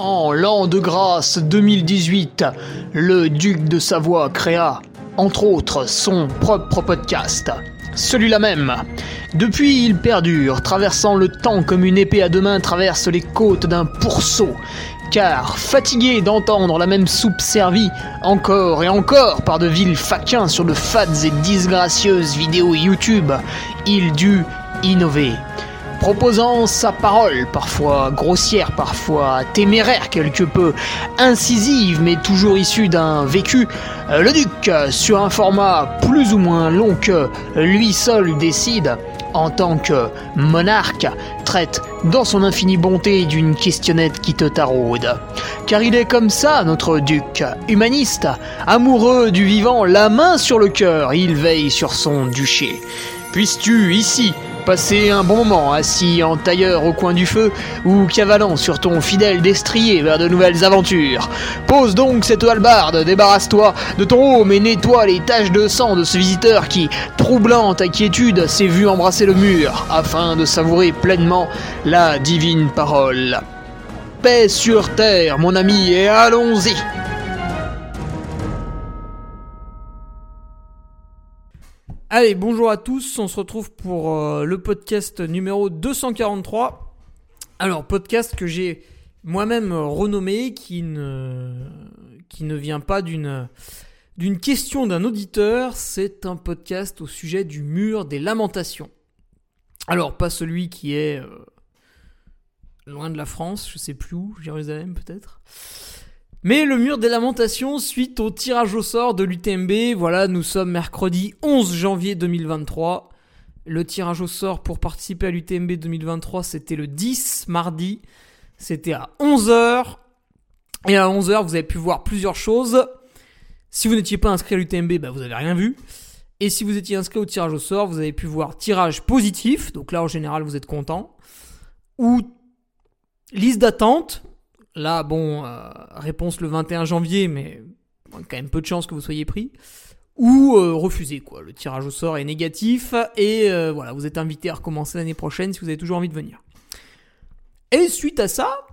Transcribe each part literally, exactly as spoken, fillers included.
En l'an de grâce deux mille dix-huit, le duc de Savoie créa, entre autres, son propre podcast. Celui-là même. Depuis, il perdure, traversant le temps comme une épée à deux mains traverse les côtes d'un pourceau. Car, fatigué d'entendre la même soupe servie, encore et encore par de vils faquins sur de fades et disgracieuses vidéos YouTube, il dut innover. Proposant sa parole, parfois grossière, parfois téméraire quelque peu, incisive mais toujours issue d'un vécu, le duc, sur un format plus ou moins long que lui seul décide, en tant que monarque, traite dans son infinie bonté d'une questionnette qui te taraude. Car il est comme ça, notre duc, humaniste, amoureux du vivant, la main sur le cœur, il veille sur son duché. Puisses-tu, ici, passer un bon moment assis en tailleur au coin du feu ou cavalant sur ton fidèle destrier vers de nouvelles aventures. Pose donc cette hallebarde, débarrasse-toi de ton home et nettoie les taches de sang de ce visiteur qui, troublant ta quiétude, s'est vu embrasser le mur afin de savourer pleinement la divine parole. Paix sur terre, mon ami, et allons-y! Allez, bonjour à tous, on se retrouve pour euh, le podcast numéro deux cent quarante-trois. Alors, podcast que j'ai moi-même renommé, qui ne, qui ne vient pas d'une, d'une question d'un auditeur, c'est un podcast au sujet du mur des lamentations. Alors, pas celui qui est euh, loin de la France, je sais plus où, Jérusalem peut-être. Mais le mur des lamentations suite au tirage au sort de l'U T M B. Voilà, nous sommes mercredi onze janvier deux mille vingt-trois. Le tirage au sort pour participer à l'U T M B deux mille vingt-trois, c'était le dix, mardi. C'était à onze heures. Et à onze heures, vous avez pu voir plusieurs choses. Si vous n'étiez pas inscrit à l'U T M B, bah, vous n'avez rien vu. Et si vous étiez inscrit au tirage au sort, vous avez pu voir tirage positif. Donc là, en général, vous êtes content. Ou liste d'attente. Là, bon, euh, réponse le vingt et un janvier, mais bon, quand même peu de chances que vous soyez pris. Ou euh, refusé, quoi. Le tirage au sort est négatif et euh, voilà, vous êtes invité à recommencer l'année prochaine si vous avez toujours envie de venir. Et suite à ça,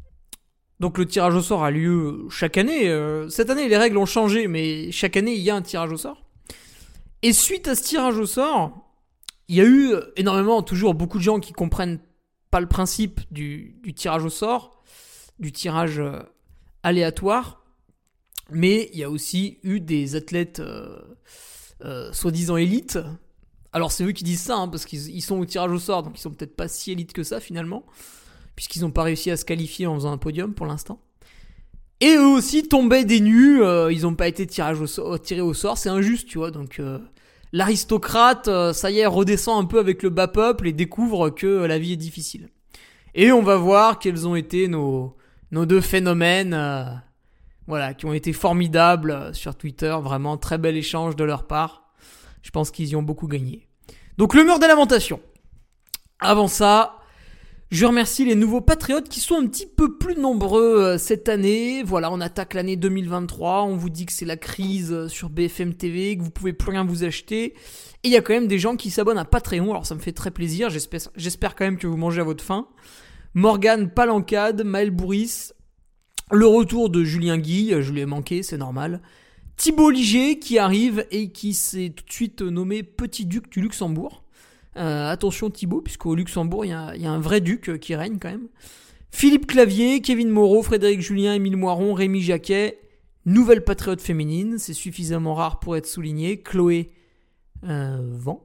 donc le tirage au sort a lieu chaque année. Euh, cette année, les règles ont changé, mais chaque année, il y a un tirage au sort. Et suite à ce tirage au sort, il y a eu énormément, toujours beaucoup de gens qui comprennent pas le principe du, du tirage au sort, du tirage euh, aléatoire, mais il y a aussi eu des athlètes euh, euh, soi-disant élites. Alors c'est eux qui disent ça, hein, parce qu'ils ils sont au tirage au sort, donc ils sont peut-être pas si élites que ça finalement, puisqu'ils n'ont pas réussi à se qualifier en faisant un podium pour l'instant. Et eux aussi tombaient des nues, euh, ils n'ont pas été tirage au sort, tirés au sort, c'est injuste, tu vois, donc euh, l'aristocrate, euh, ça y est, redescend un peu avec le bas peuple et découvre que euh, la vie est difficile. Et on va voir quels ont été nos... Nos deux phénomènes, euh, voilà, qui ont été formidables sur Twitter. Vraiment, très bel échange de leur part. Je pense qu'ils y ont beaucoup gagné. Donc, le mur des lamentations. Avant ça, je remercie les nouveaux patriotes qui sont un petit peu plus nombreux euh, cette année. Voilà, on attaque l'année deux mille vingt-trois. On vous dit que c'est la crise sur B F M T V, que vous pouvez plus rien vous acheter. Et il y a quand même des gens qui s'abonnent à Patreon. Alors, ça me fait très plaisir. J'espère, j'espère quand même que vous mangez à votre faim. Morgane Palancade, Maël Bourris, le retour de Julien Guille, je lui ai manqué, c'est normal. Thibaut Liger qui arrive et qui s'est tout de suite nommé Petit Duc du Luxembourg. Euh, attention Thibaut, puisqu'au Luxembourg, il y a, y a un vrai duc qui règne quand même. Philippe Clavier, Kevin Moreau, Frédéric Julien, Émile Moiron, Rémi Jacquet. Nouvelle patriote féminine, c'est suffisamment rare pour être souligné. Chloé euh, Van.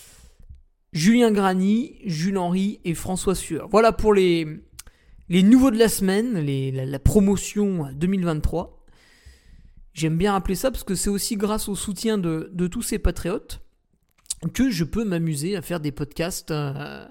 Julien Grany, Jules Henry et François Sueur. Voilà pour les, les nouveaux de la semaine, les, la, la promotion deux mille vingt-trois. J'aime bien rappeler ça parce que c'est aussi grâce au soutien de, de tous ces patriotes que je peux m'amuser à faire des podcasts euh,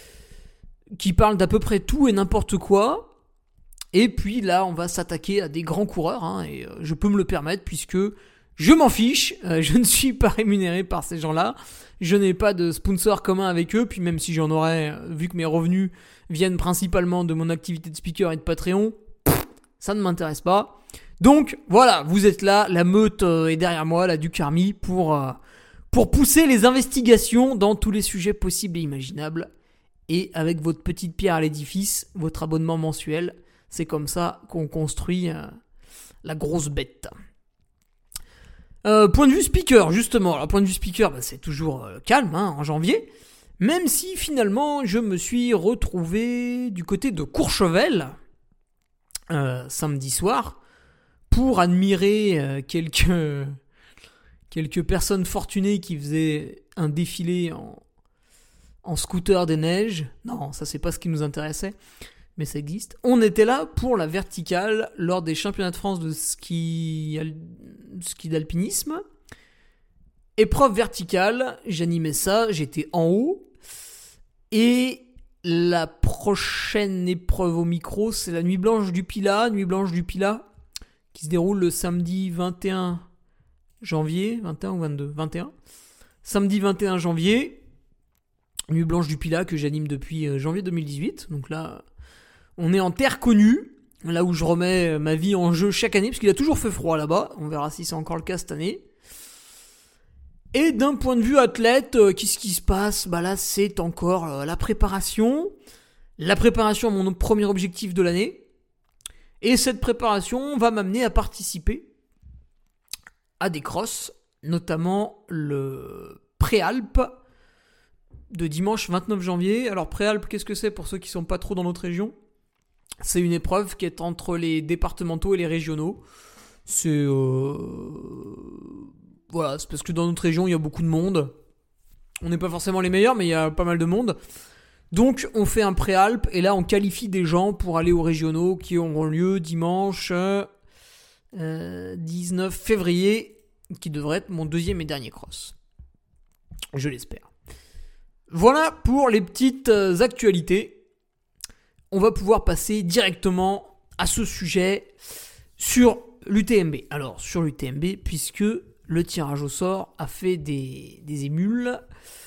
qui parlent d'à peu près tout et n'importe quoi. Et puis là, on va s'attaquer à des grands coureurs, hein, et euh, je peux me le permettre puisque je m'en fiche, euh, je ne suis pas rémunéré par ces gens-là. Je n'ai pas de sponsor commun avec eux, puis même si j'en aurais, vu que mes revenus viennent principalement de mon activité de speaker et de Patreon, pff, ça ne m'intéresse pas. Donc voilà, vous êtes là, la meute est derrière moi, la Duc Army, pour, euh, pour pousser les investigations dans tous les sujets possibles et imaginables. Et avec votre petite pierre à l'édifice, votre abonnement mensuel, C'est comme ça qu'on construit euh, la grosse bête. Euh, point de vue speaker, justement. Alors, point de vue speaker, bah, c'est toujours euh, calme hein, en janvier. Même si finalement, je me suis retrouvé du côté de Courchevel, euh, samedi soir, pour admirer euh, quelques, quelques personnes fortunées qui faisaient un défilé en, en scooter des neiges. Non, ça c'est pas ce qui nous intéressait, mais ça existe. On était là pour la verticale lors des championnats de France de ski, al- ski d'alpinisme. Épreuve verticale, j'animais ça, j'étais en haut. Et la prochaine épreuve au micro, c'est la Nuit Blanche du Pilat, Nuit Blanche du Pilat, qui se déroule le samedi vingt et un janvier, vingt et un ou vingt-deux, vingt et un. Samedi vingt et un janvier, Nuit Blanche du Pilat que j'anime depuis janvier deux mille dix-huit. Donc là, on est en terre connue, là où je remets ma vie en jeu chaque année, parce qu'il a toujours fait froid là-bas. On verra si c'est encore le cas cette année. Et d'un point de vue athlète, euh, qu'est-ce qui se passe ? Bah là, c'est encore euh, la préparation. La préparation à mon premier objectif de l'année. Et cette préparation va m'amener à participer à des crosses, notamment le Préalpes de dimanche vingt-neuf janvier. Alors Préalpes, qu'est-ce que c'est pour ceux qui ne sont pas trop dans notre région ? C'est une épreuve qui est entre les départementaux et les régionaux. C'est... Euh... Voilà, c'est parce que dans notre région, il y a beaucoup de monde. On n'est pas forcément les meilleurs, mais il y a pas mal de monde. Donc, on fait un Préalpes, et là, on qualifie des gens pour aller aux régionaux qui auront lieu dimanche euh, dix-neuf février, qui devrait être mon deuxième et dernier cross. Je l'espère. Voilà pour les petites actualités. On va pouvoir passer directement à ce sujet sur l'U T M B. Alors, sur l'U T M B, puisque le tirage au sort a fait des, des émules.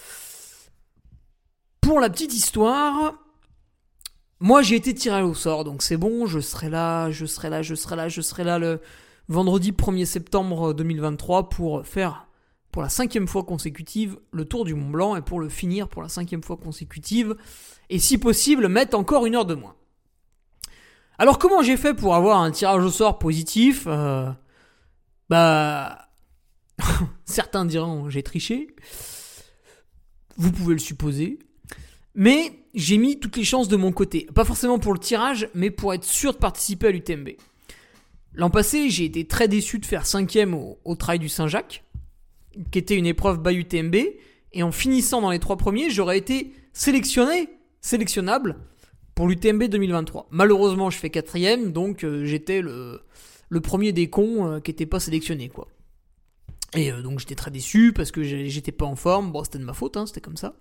Pour la petite histoire, moi j'ai été tiré au sort, donc c'est bon, je serai là, je serai là, je serai là, je serai là le vendredi premier septembre deux mille vingt-trois pour faire pour la cinquième fois consécutive le Tour du Mont Blanc et pour le finir pour la cinquième fois consécutive et si possible mettre encore une heure de moins. Alors comment j'ai fait pour avoir un tirage au sort positif ? euh, Bah... Certains diront j'ai triché, vous pouvez le supposer, mais j'ai mis toutes les chances de mon côté, pas forcément pour le tirage, mais pour être sûr de participer à l'U T M B. L'an passé, j'ai été très déçu de faire cinquième au, au Trail du Saint-Jacques, qui était une épreuve by U T M B, et en finissant dans les trois premiers, j'aurais été sélectionné, sélectionnable pour l'U T M B deux mille vingt-trois. Malheureusement, je fais quatrième, donc euh, j'étais le, le premier des cons euh, qui n'était pas sélectionné, quoi. Et euh, donc j'étais très déçu parce que j'étais pas en forme. Bon, c'était de ma faute, hein, c'était comme ça.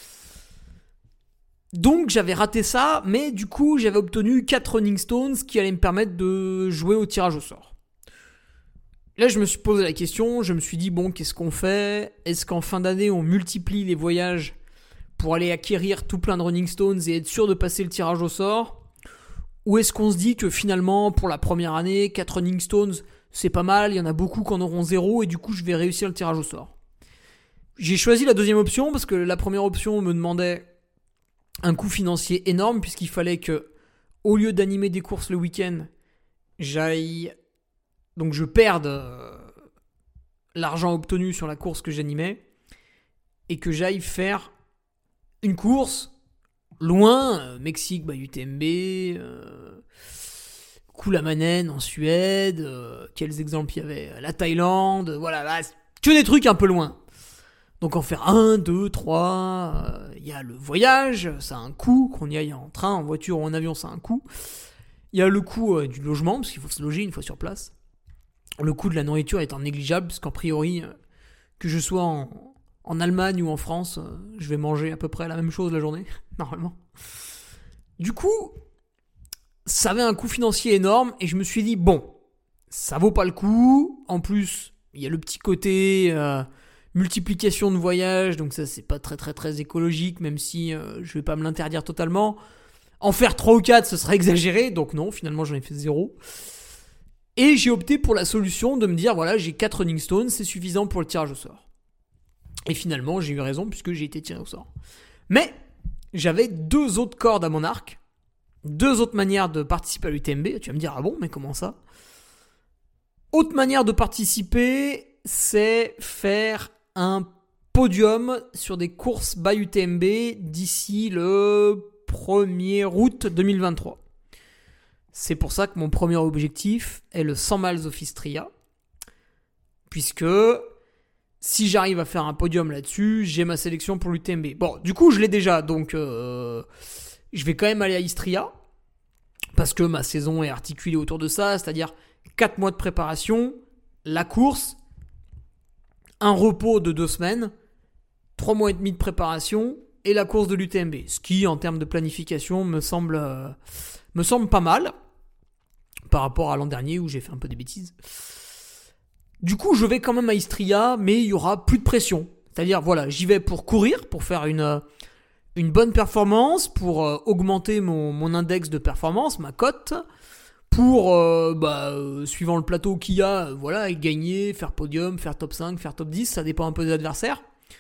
Donc j'avais raté ça, mais du coup j'avais obtenu quatre Running Stones qui allaient me permettre de jouer au tirage au sort. Là je me suis posé la question, je me suis dit bon, qu'est-ce qu'on fait ? Est-ce qu'en fin d'année on multiplie les voyages pour aller acquérir tout plein de Running Stones et être sûr de passer le tirage au sort ? Ou est-ce qu'on se dit que finalement pour la première année, quatre Running Stones c'est pas mal, il y en a beaucoup qui en auront zéro et du coup je vais réussir le tirage au sort. J'ai choisi la deuxième option parce que la première option me demandait un coût financier énorme puisqu'il fallait que, au lieu d'animer des courses le week-end, j'aille... Donc je perde euh, l'argent obtenu sur la course que j'animais et que j'aille faire une course loin, euh, Mexique, bah, U T M B... Euh, Koulamanen en Suède, euh, quels exemples il y avait ? La Thaïlande, voilà, bah, que des trucs un peu loin. Donc en faire un, deux, trois, il euh, y a le voyage, ça a un coût, qu'on y aille en train, en voiture ou en avion, ça a un coût. Il y a le coût euh, du logement, parce qu'il faut se loger une fois sur place. Le coût de la nourriture étant négligeable, parce qu'en priori, euh, que je sois en, en Allemagne ou en France, euh, je vais manger à peu près la même chose la journée, normalement. Du coup... ça avait un coût financier énorme et je me suis dit bon, ça vaut pas le coup. En plus, il y a le petit côté euh, multiplication de voyages, donc ça c'est pas très très très écologique, même si euh, je vais pas me l'interdire totalement. En faire trois ou quatre, ce serait exagéré, donc non, finalement j'en ai fait zéro. Et j'ai opté pour la solution de me dire voilà, j'ai quatre Running Stones, c'est suffisant pour le tirage au sort. Et finalement, j'ai eu raison puisque j'ai été tiré au sort. Mais j'avais deux autres cordes à mon arc. deux autres manières de participer à l'U T M B. Tu vas me dire, ah bon, mais comment ça ? Autre manière de participer, c'est faire un podium sur des courses by U T M B d'ici le premier août deux mille vingt-trois. C'est pour ça que mon premier objectif est le cent miles of Istria, puisque si j'arrive à faire un podium là-dessus, j'ai ma sélection pour l'U T M B. Bon, du coup, je l'ai déjà, donc euh, je vais quand même aller à Istria, parce que ma saison est articulée autour de ça, c'est-à-dire quatre mois de préparation, la course, un repos de deux semaines, trois mois et demi de préparation et la course de l'U T M B. Ce qui, en termes de planification, me semble, euh, me semble pas mal par rapport à l'an dernier où j'ai fait un peu des bêtises. Du coup, je vais quand même à Istria, mais il y aura plus de pression. C'est-à-dire, voilà, j'y vais pour courir, pour faire une, une bonne performance, pour euh, augmenter mon, mon index de performance, ma cote, pour, euh, bah, euh, suivant le plateau qu'il y a, euh, voilà, gagner, faire podium, faire top cinq, faire top dix, ça dépend un peu des adversaires.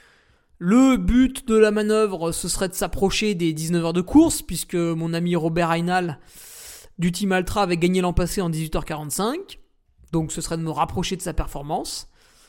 Le but de la manœuvre, ce serait de s'approcher des dix-neuf heures de course, puisque mon ami Robert Aynal du Team Altra avait gagné l'an passé en dix-huit heures quarante-cinq. Donc ce serait de me rapprocher de sa performance.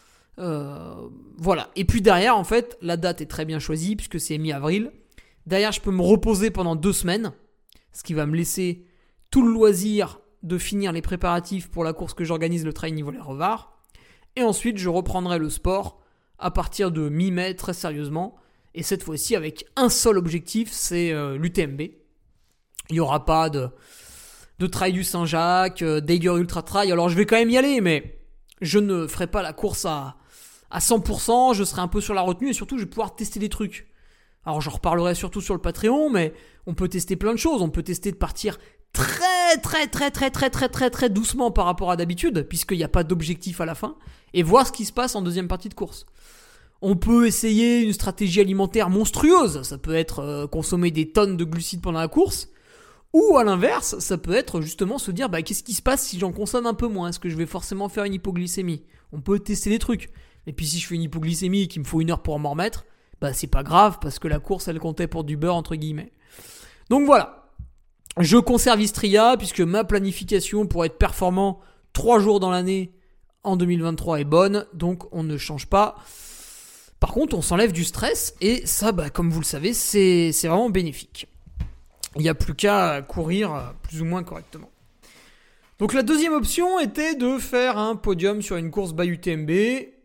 Euh, voilà. Et puis derrière, en fait, la date est très bien choisie, puisque c'est mi-avril. Derrière, je peux me reposer pendant deux semaines, ce qui va me laisser tout le loisir de finir les préparatifs pour la course que j'organise, le Trail Nivelles-Revard. Et ensuite, je reprendrai le sport à partir de mi-mai, très sérieusement. Et cette fois-ci, avec un seul objectif, c'est euh, l'U T M B. Il n'y aura pas de, de Trail du Saint-Jacques, euh, d'Eiger Ultra Trail. Alors, je vais quand même y aller, mais je ne ferai pas la course à, à cent pour cent. Je serai un peu sur la retenue et surtout, je vais pouvoir tester des trucs. Alors, j'en reparlerai surtout sur le Patreon, mais on peut tester plein de choses. On peut tester de partir très, très, très, très, très, très, très, très doucement par rapport à d'habitude, puisqu'il n'y a pas d'objectif à la fin, et voir ce qui se passe en deuxième partie de course. On peut essayer une stratégie alimentaire monstrueuse. Ça peut être euh, consommer des tonnes de glucides pendant la course. Ou à l'inverse, ça peut être justement se dire bah, qu'est-ce qui se passe si j'en consomme un peu moins ? Est-ce que je vais forcément faire une hypoglycémie ? On peut tester des trucs. Et puis si je fais une hypoglycémie et qu'il me faut une heure pour m'en remettre, bah c'est pas grave parce que la course elle comptait pour du beurre entre guillemets. Donc voilà. Je conserve Istria puisque ma planification pour être performant trois jours dans l'année en deux mille vingt-trois est bonne. Donc on ne change pas. Par contre, on s'enlève du stress et ça, bah, comme vous le savez, c'est, c'est vraiment bénéfique. Il n'y a plus qu'à courir plus ou moins correctement. Donc la deuxième option était de faire un podium sur une course by U T M B.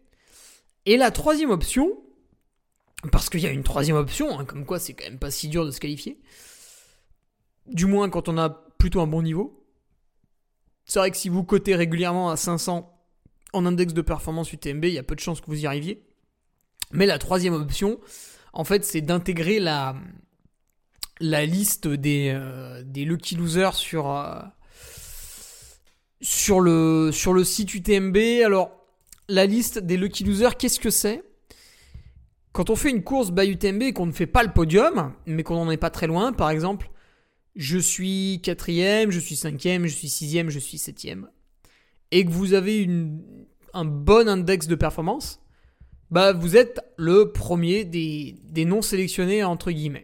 Et la troisième option, parce qu'il y a une troisième option, hein, comme quoi c'est quand même pas si dur de se qualifier, du moins quand on a plutôt un bon niveau. C'est vrai que si vous cotez régulièrement à cinq cents en index de performance U T M B, il y a peu de chances que vous y arriviez. Mais la troisième option, en fait, c'est d'intégrer la, la liste des, euh, des Lucky Losers sur, euh, sur, le, sur le site U T M B. Alors, la liste des Lucky Losers, qu'est-ce que c'est ? Quand on fait une course by U T M B et qu'on ne fait pas le podium, mais qu'on n'en est pas très loin, par exemple, je suis quatrième, je suis cinquième, je suis sixième, je suis septième, et que vous avez une, un bon index de performance, bah vous êtes le premier des, des non sélectionnés entre guillemets.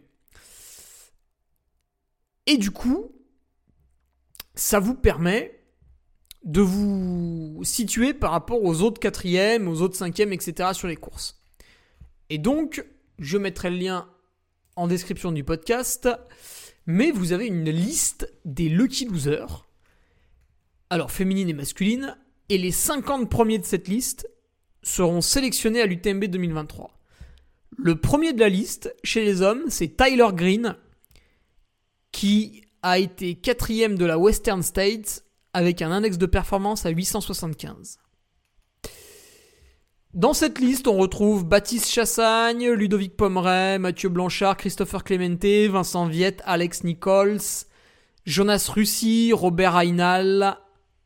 Et du coup, ça vous permet de vous situer par rapport aux autres quatrièmes, aux autres cinquièmes, et cetera sur les courses. Et donc, je mettrai le lien en description du podcast, mais vous avez une liste des Lucky Losers, alors féminine et masculine, et les cinquante premiers de cette liste seront sélectionnés à l'U T M B deux mille vingt-trois. Le premier de la liste, chez les hommes, c'est Tyler Green, qui a été quatrième de la Western States avec un index de performance à huit cent soixante-quinze. Dans cette liste, on retrouve Baptiste Chassagne, Ludovic Pomeray, Mathieu Blanchard, Christopher Clemente, Vincent Viette, Alex Nichols, Jonas Russi, Robert Aynal.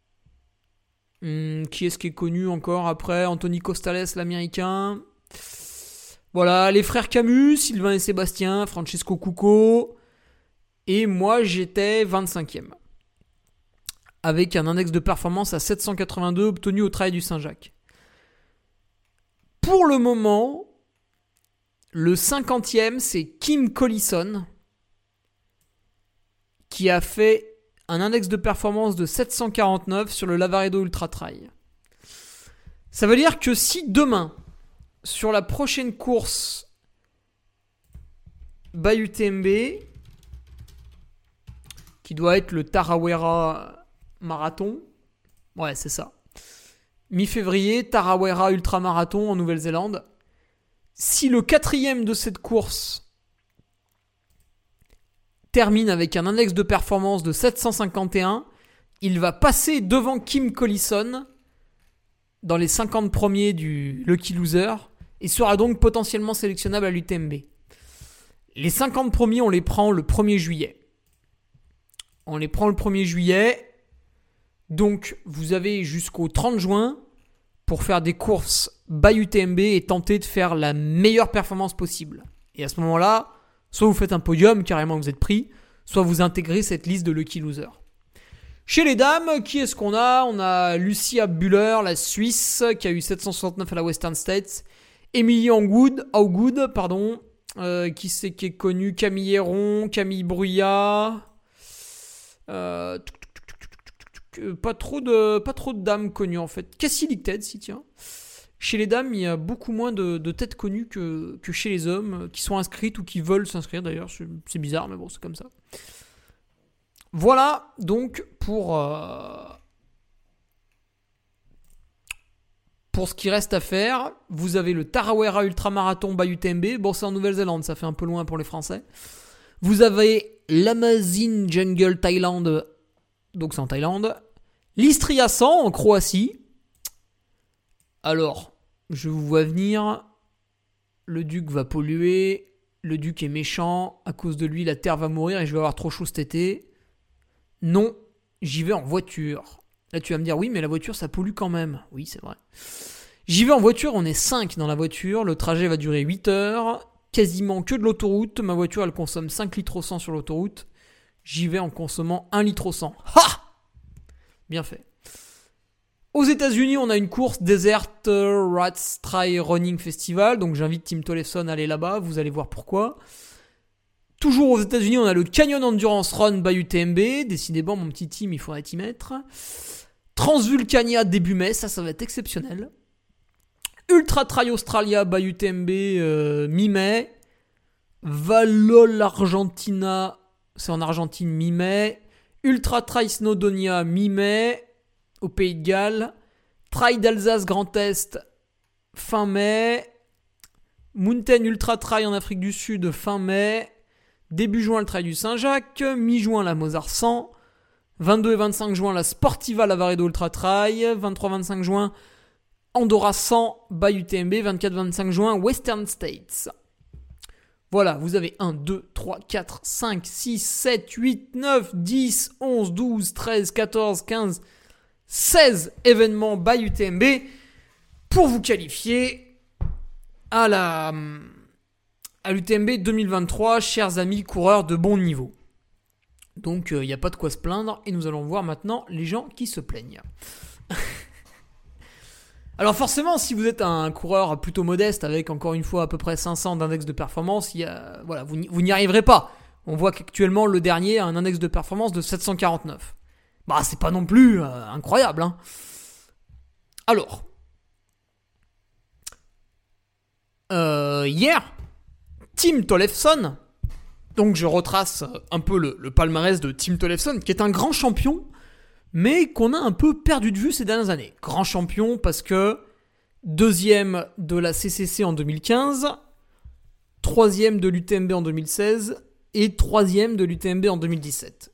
Hum, qui est-ce qui est connu encore après ? Anthony Costales, l'américain. Voilà, les frères Camus, Sylvain et Sébastien, Francesco Cucco. Et moi, j'étais vingt-cinquième. Avec un index de performance à sept cent quatre-vingt-deux obtenu au Trail du Saint-Jacques. Pour le moment, le cinquantième, c'est Kim Collison, qui a fait un index de performance de sept cent quarante-neuf sur le Lavaredo Ultra Trail. Ça veut dire que si demain, sur la prochaine course By U T M B, qui doit être le Tarawera Marathon, ouais c'est ça, mi-février, Tarawera Ultra Marathon en Nouvelle-Zélande, si le quatrième de cette course termine avec un index de performance de sept cent cinquante et un, il va passer devant Kim Collison dans les cinquante premiers du Lucky Loser et sera donc potentiellement sélectionnable à l'U T M B. Les cinquante premiers, on les prend le premier juillet. On les prend le premier juillet. Donc, vous avez jusqu'au trente juin pour faire des courses By U T M B et tenter de faire la meilleure performance possible. Et à ce moment-là, soit vous faites un podium, carrément vous êtes pris, soit vous intégrez cette liste de Lucky Loser. Chez les dames, qui est-ce qu'on a ? On a Lucia Buller, la Suisse, qui a eu sept cent soixante-neuf à la Western States. Emily Haugood, Haugood, pardon, euh, qui c'est qui est connue ? Camille Héron, Camille Bruyat. Euh, pas trop de, pas trop de dames connues en fait. Cassie Lichted, si tiens. Chez les dames, il y a beaucoup moins de, de têtes connues que, que chez les hommes, qui sont inscrites ou qui veulent s'inscrire d'ailleurs. C'est, c'est bizarre, mais bon, c'est comme ça. Voilà donc pour, euh, pour ce qui reste à faire. Vous avez le Tarawera Ultramarathon By U T M B. Bon, c'est en Nouvelle-Zélande, ça fait un peu loin pour les Français. Vous avez l'Amazon Jungle Thailand, donc c'est en Thaïlande. L'Istria cent en Croatie. Alors, je vous vois venir. Le duc va polluer. Le duc est méchant. À cause de lui, la terre va mourir et je vais avoir trop chaud cet été. Non, j'y vais en voiture. Là, tu vas me dire, oui, mais la voiture, ça pollue quand même. Oui, c'est vrai. J'y vais en voiture, on est cinq dans la voiture. Le trajet va durer huit heures. Quasiment que de l'autoroute. Ma voiture, elle consomme cinq litres au cent sur l'autoroute. J'y vais en consommant un litre au cent. Ha ! Bien fait. Aux États-Unis, on a une course Desert Rats Trail Running Festival. Donc, j'invite Tim Tollefson à aller là-bas. Vous allez voir pourquoi. Toujours aux États-Unis, on a le Canyon Endurance Run By U T M B. Décidément, mon petit team, il faudrait y mettre. Transvulcania début mai, ça, ça va être exceptionnel. Ultra Trail Australia By U T M B euh, mi-mai. Valol Argentina, c'est en Argentine mi-mai. Ultra Trail Snowdonia mi-mai au Pays de Galles. Trail d'Alsace Grand Est fin mai. Mountain Ultra Trail en Afrique du Sud fin mai. Début juin, le Trail du Saint-Jacques. Mi-juin, la Mozart cent. vingt-deux et vingt-cinq juin, la Sportiva Lavaredo Ultra Trail. vingt-trois vingt-cinq juin, Andorra cent By U T M B. vingt-quatre vingt-cinq juin, Western States. Voilà, vous avez un, deux, trois, quatre, cinq, six, sept, huit, neuf, dix, onze, douze, treize, quatorze, quinze, seize événements By U T M B pour vous qualifier à la... à l'U T M B deux mille vingt-trois, chers amis coureurs de bon niveau. Donc, il euh, n'y a pas de quoi se plaindre. Et nous allons voir maintenant les gens qui se plaignent. Alors forcément, si vous êtes un coureur plutôt modeste, avec encore une fois à peu près cinq cents d'index de performance, il y a, voilà, vous, n'y, vous n'y arriverez pas. On voit qu'actuellement, le dernier a un index de performance de sept cent quarante-neuf. Bah, c'est pas non plus euh, incroyable. Hein. Alors, euh, hier... Tim Tollefson, donc je retrace un peu le, le palmarès de Tim Tollefson, qui est un grand champion, mais qu'on a un peu perdu de vue ces dernières années. Grand champion parce que deuxième de la C C C en deux mille quinze, troisième de l'U T M B en deux mille seize et troisième de l'U T M B en deux mille dix-sept.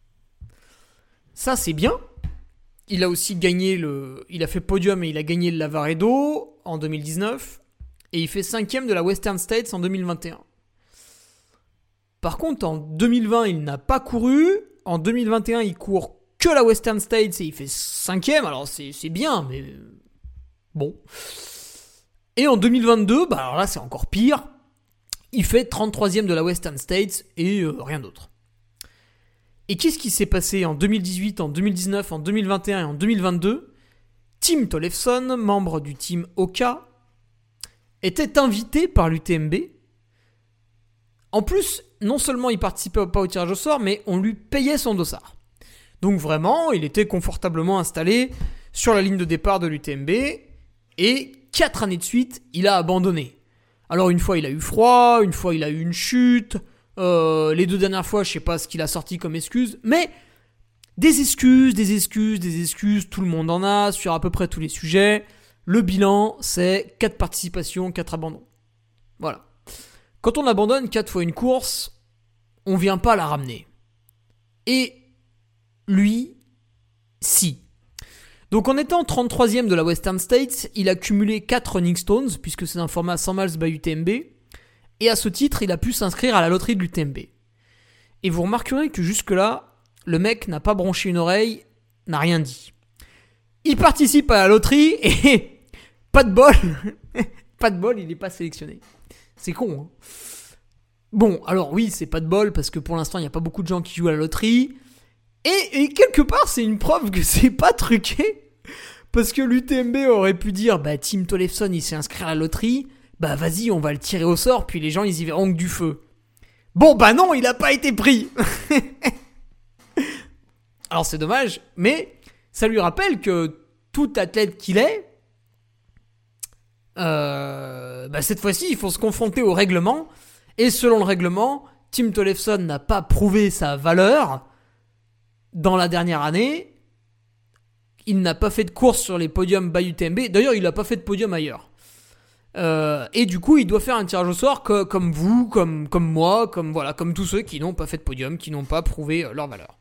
Ça c'est bien. Il a aussi gagné le, il a fait podium et il a gagné le Lavaredo en deux mille dix-neuf. Et il fait cinquième de la Western States en deux mille vingt et un. Par contre, en deux mille vingt, il n'a pas couru. En deux mille vingt et un, il court que la Western States et il fait cinquième. Alors, c'est, c'est bien, mais bon. Et en deux mille vingt-deux, bah alors là, c'est encore pire. Il fait trente-troisième de la Western States et euh, rien d'autre. Et qu'est-ce qui s'est passé en deux mille dix-huit, en deux mille dix-neuf, en deux mille vingt et un et en deux mille vingt-deux ? Tim Tollefson, membre du team Oka, était invité par l'U T M B En plus, non seulement il participait pas au tirage au sort, mais on lui payait son dossard. Donc vraiment, il était confortablement installé sur la ligne de départ de l'U T M B et quatre années de suite, il a abandonné. Alors une fois, il a eu froid, une fois, il a eu une chute. Euh, les deux dernières fois, je sais pas ce qu'il a sorti comme excuse, mais des excuses, des excuses, des excuses, tout le monde en a sur à peu près tous les sujets. Le bilan, c'est quatre participations, quatre abandons. Voilà. Quand on abandonne quatre fois une course, on vient pas la ramener. Et lui, si. Donc en étant trente-troisième de la Western States, il a cumulé quatre Running Stones, puisque c'est un format cent miles by U T M B, et à ce titre, il a pu s'inscrire à la loterie de l'U T M B. Et vous remarquerez que jusque-là, le mec n'a pas branché une oreille, n'a rien dit. Il participe à la loterie, et pas de bol, pas de bol, il n'est pas sélectionné. C'est con, hein. Bon, alors oui, c'est pas de bol, parce que pour l'instant, il n'y a pas beaucoup de gens qui jouent à la loterie, et, et quelque part, c'est une preuve que c'est pas truqué. Parce que l'U T M B aurait pu dire, bah Tim Tollefson, il s'est inscrit à la loterie, bah vas-y, on va le tirer au sort, puis les gens, ils y verront que du feu. Bon, bah non, il a pas été pris. Alors c'est dommage, mais ça lui rappelle que tout athlète qu'il est, euh, bah cette fois-ci, il faut se confronter au règlement, et selon le règlement, Tim Tollefson n'a pas prouvé sa valeur dans la dernière année. Il n'a pas fait de course sur les podiums by U T M B. D'ailleurs, il n'a pas fait de podium ailleurs. Euh, et du coup, il doit faire un tirage au sort co- comme vous, comme, comme moi, comme, voilà, comme tous ceux qui n'ont pas fait de podium, qui n'ont pas prouvé euh, leur valeur.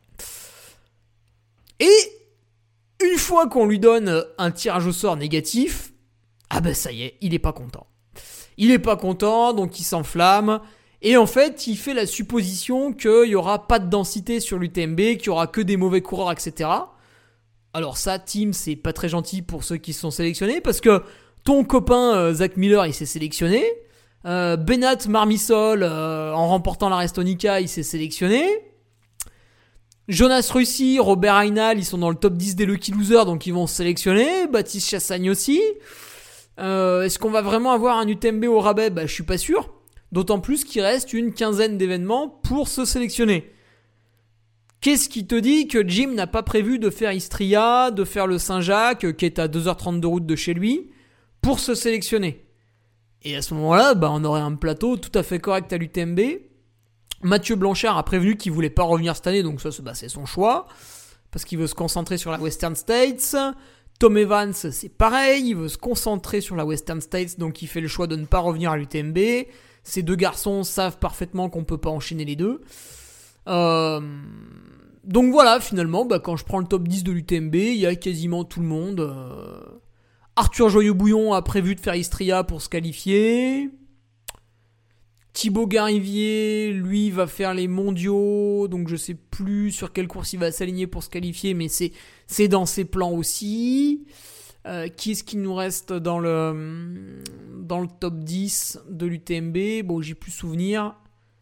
Et une fois qu'on lui donne un tirage au sort négatif, ah ben ça y est, il est pas content. Il est pas content, donc il s'enflamme. Et en fait, il fait la supposition qu'il y aura pas de densité sur l'U T M B, qu'il y aura que des mauvais coureurs, et cetera. Alors ça, Tim, c'est pas très gentil pour ceux qui se sont sélectionnés, parce que ton copain euh, Zach Miller, il s'est sélectionné. Euh, Benat Marmisol, euh, en remportant la Restonica, il s'est sélectionné. Jonas Russi, Robert Einal, ils sont dans le top dix des Lucky Losers, donc ils vont se sélectionner. Baptiste Chassagne aussi. Euh, est-ce qu'on va vraiment avoir un U T M B au rabais ? Bah, je suis pas sûr. D'autant plus qu'il reste une quinzaine d'événements pour se sélectionner. Qu'est-ce qui te dit que Jim n'a pas prévu de faire Istria, de faire le Saint-Jacques, qui est à deux heures trente de route de chez lui, pour se sélectionner ? Et à ce moment-là, bah, on aurait un plateau tout à fait correct à l'U T M B. Mathieu Blanchard a prévenu qu'il voulait pas revenir cette année, donc ça, bah, c'est son choix, parce qu'il veut se concentrer sur la Western States. Tom Evans, c'est pareil, il veut se concentrer sur la Western States, donc il fait le choix de ne pas revenir à l'U T M B. Ces deux garçons savent parfaitement qu'on peut pas enchaîner les deux. Euh... Donc voilà, finalement, bah, quand je prends le top dix de l'U T M B, il y a quasiment tout le monde. Euh... Arthur Joyeux-Bouillon a prévu de faire Istria pour se qualifier. Thibaut Garivier, lui, va faire les mondiaux, donc je sais plus sur quelle course il va s'aligner pour se qualifier, mais c'est, c'est dans ses plans aussi. Euh, qui est-ce qui nous reste dans le, dans le top dix de l'U T M B ? Bon, j'ai plus souvenir.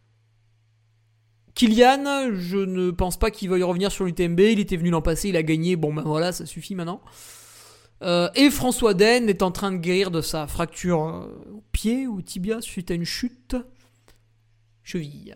Kylian, je ne pense pas qu'il veuille revenir sur l'U T M B. Il était venu l'an passé, il a gagné. Bon, ben voilà, ça suffit maintenant. Euh, et François Den est en train de guérir de sa fracture euh, au pied ou au tibia suite à une chute. Cheville.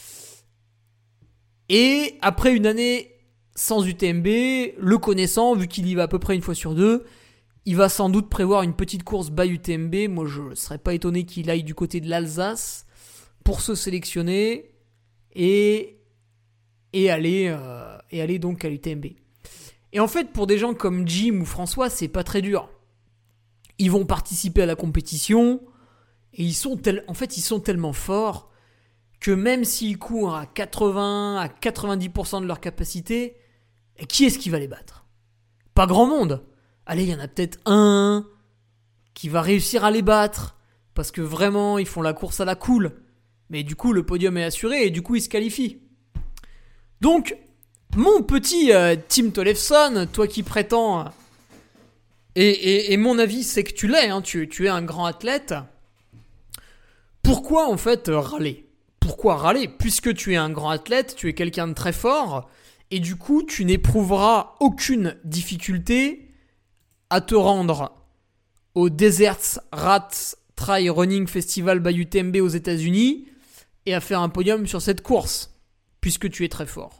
Et après une année sans U T M B, le connaissant, vu qu'il y va à peu près une fois sur deux, il va sans doute prévoir une petite course by U T M B. Moi, je ne serais pas étonné qu'il aille du côté de l'Alsace pour se sélectionner et, et, aller, euh, et aller donc à l'U T M B. Et en fait, pour des gens comme Jim ou François, c'est pas très dur. Ils vont participer à la compétition et ils sont tel... en fait, ils sont tellement forts que même s'ils courent à quatre-vingts à quatre-vingt-dix pour cent de leur capacité, qui est-ce qui va les battre ? Pas grand monde. Allez, il y en a peut-être un qui va réussir à les battre parce que vraiment, ils font la course à la cool. Mais du coup, le podium est assuré et du coup, ils se qualifient. Donc, mon petit euh, Tim Tollefson, toi qui prétends, et, et, et mon avis, c'est que tu l'es, hein, tu, tu es un grand athlète. Pourquoi en fait râler ? Pourquoi râler ? Puisque tu es un grand athlète, tu es quelqu'un de très fort, et du coup, tu n'éprouveras aucune difficulté à te rendre au Deserts Rats Trail Running Festival by U T M B aux États-Unis et à faire un podium sur cette course, puisque tu es très fort.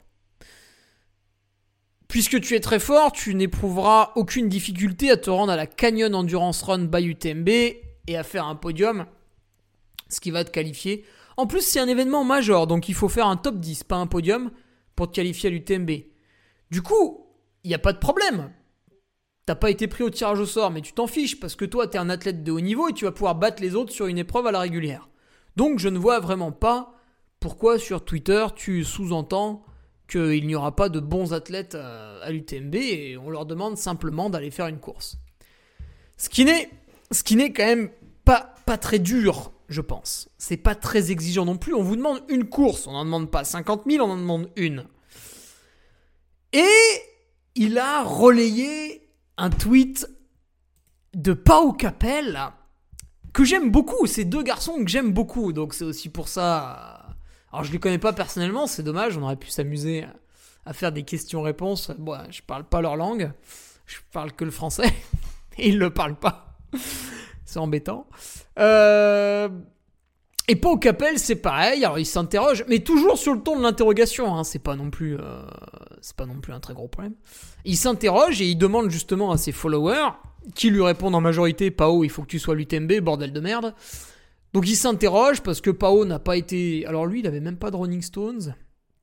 Puisque tu es très fort, tu n'éprouveras aucune difficulté à te rendre à la Canyon Endurance Run by U T M B et à faire un podium, ce qui va te qualifier. En plus, c'est un événement majeur, donc il faut faire un top dix, pas un podium, pour te qualifier à l'U T M B. Du coup, il n'y a pas de problème. T'as pas été pris au tirage au sort, mais tu t'en fiches, parce que toi, t'es un athlète de haut niveau et tu vas pouvoir battre les autres sur une épreuve à la régulière. Donc, je ne vois vraiment pas pourquoi sur Twitter, tu sous-entends qu'il n'y aura pas de bons athlètes à l'U T M B et on leur demande simplement d'aller faire une course. Ce qui n'est, ce qui n'est quand même pas, pas très dur, je pense. C'est pas très exigeant non plus. On vous demande une course. On n'en demande pas cinquante mille, on en demande une. Et il a relayé un tweet de Pau Capell que j'aime beaucoup. C'est deux garçons que j'aime beaucoup. Donc c'est aussi pour ça... Alors, je ne les connais pas personnellement, c'est dommage, on aurait pu s'amuser à faire des questions-réponses. Bon, je ne parle pas leur langue, je parle que le français, et ils ne le parlent pas. C'est embêtant. Euh... Et Pau Capell, c'est pareil, alors il s'interroge, mais toujours sur le ton de l'interrogation, hein, c'est pas non plus, euh... c'est pas non plus un très gros problème. Il s'interroge et il demande justement à ses followers, qui lui répondent en majorité, Pau, il faut que tu sois l'U T M B, bordel de merde. Donc il s'interroge parce que Pau n'a pas été... Alors lui, il avait même pas de Rolling Stones.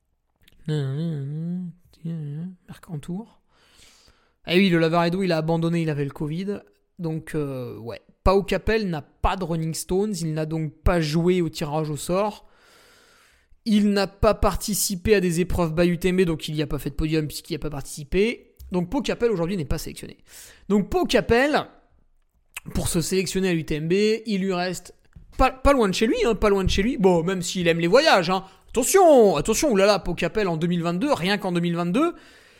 Mercantour. Ah oui, le Lavaredo, il a abandonné, il avait le Covid. Donc euh, ouais, Pau Capell n'a pas de Rolling Stones, il n'a donc pas joué au tirage au sort. Il n'a pas participé à des épreuves by U T M B, donc il n'y a pas fait de podium puisqu'il n'y a pas participé. Donc Pau Capell aujourd'hui n'est pas sélectionné. Donc Pau Capell, pour se sélectionner à l'U T M B, il lui reste... Pas, pas loin de chez lui, hein, pas loin de chez lui. Bon, même s'il aime les voyages, hein. Attention, attention, oulala, Pau Capell en deux mille vingt-deux, rien qu'en deux mille vingt-deux,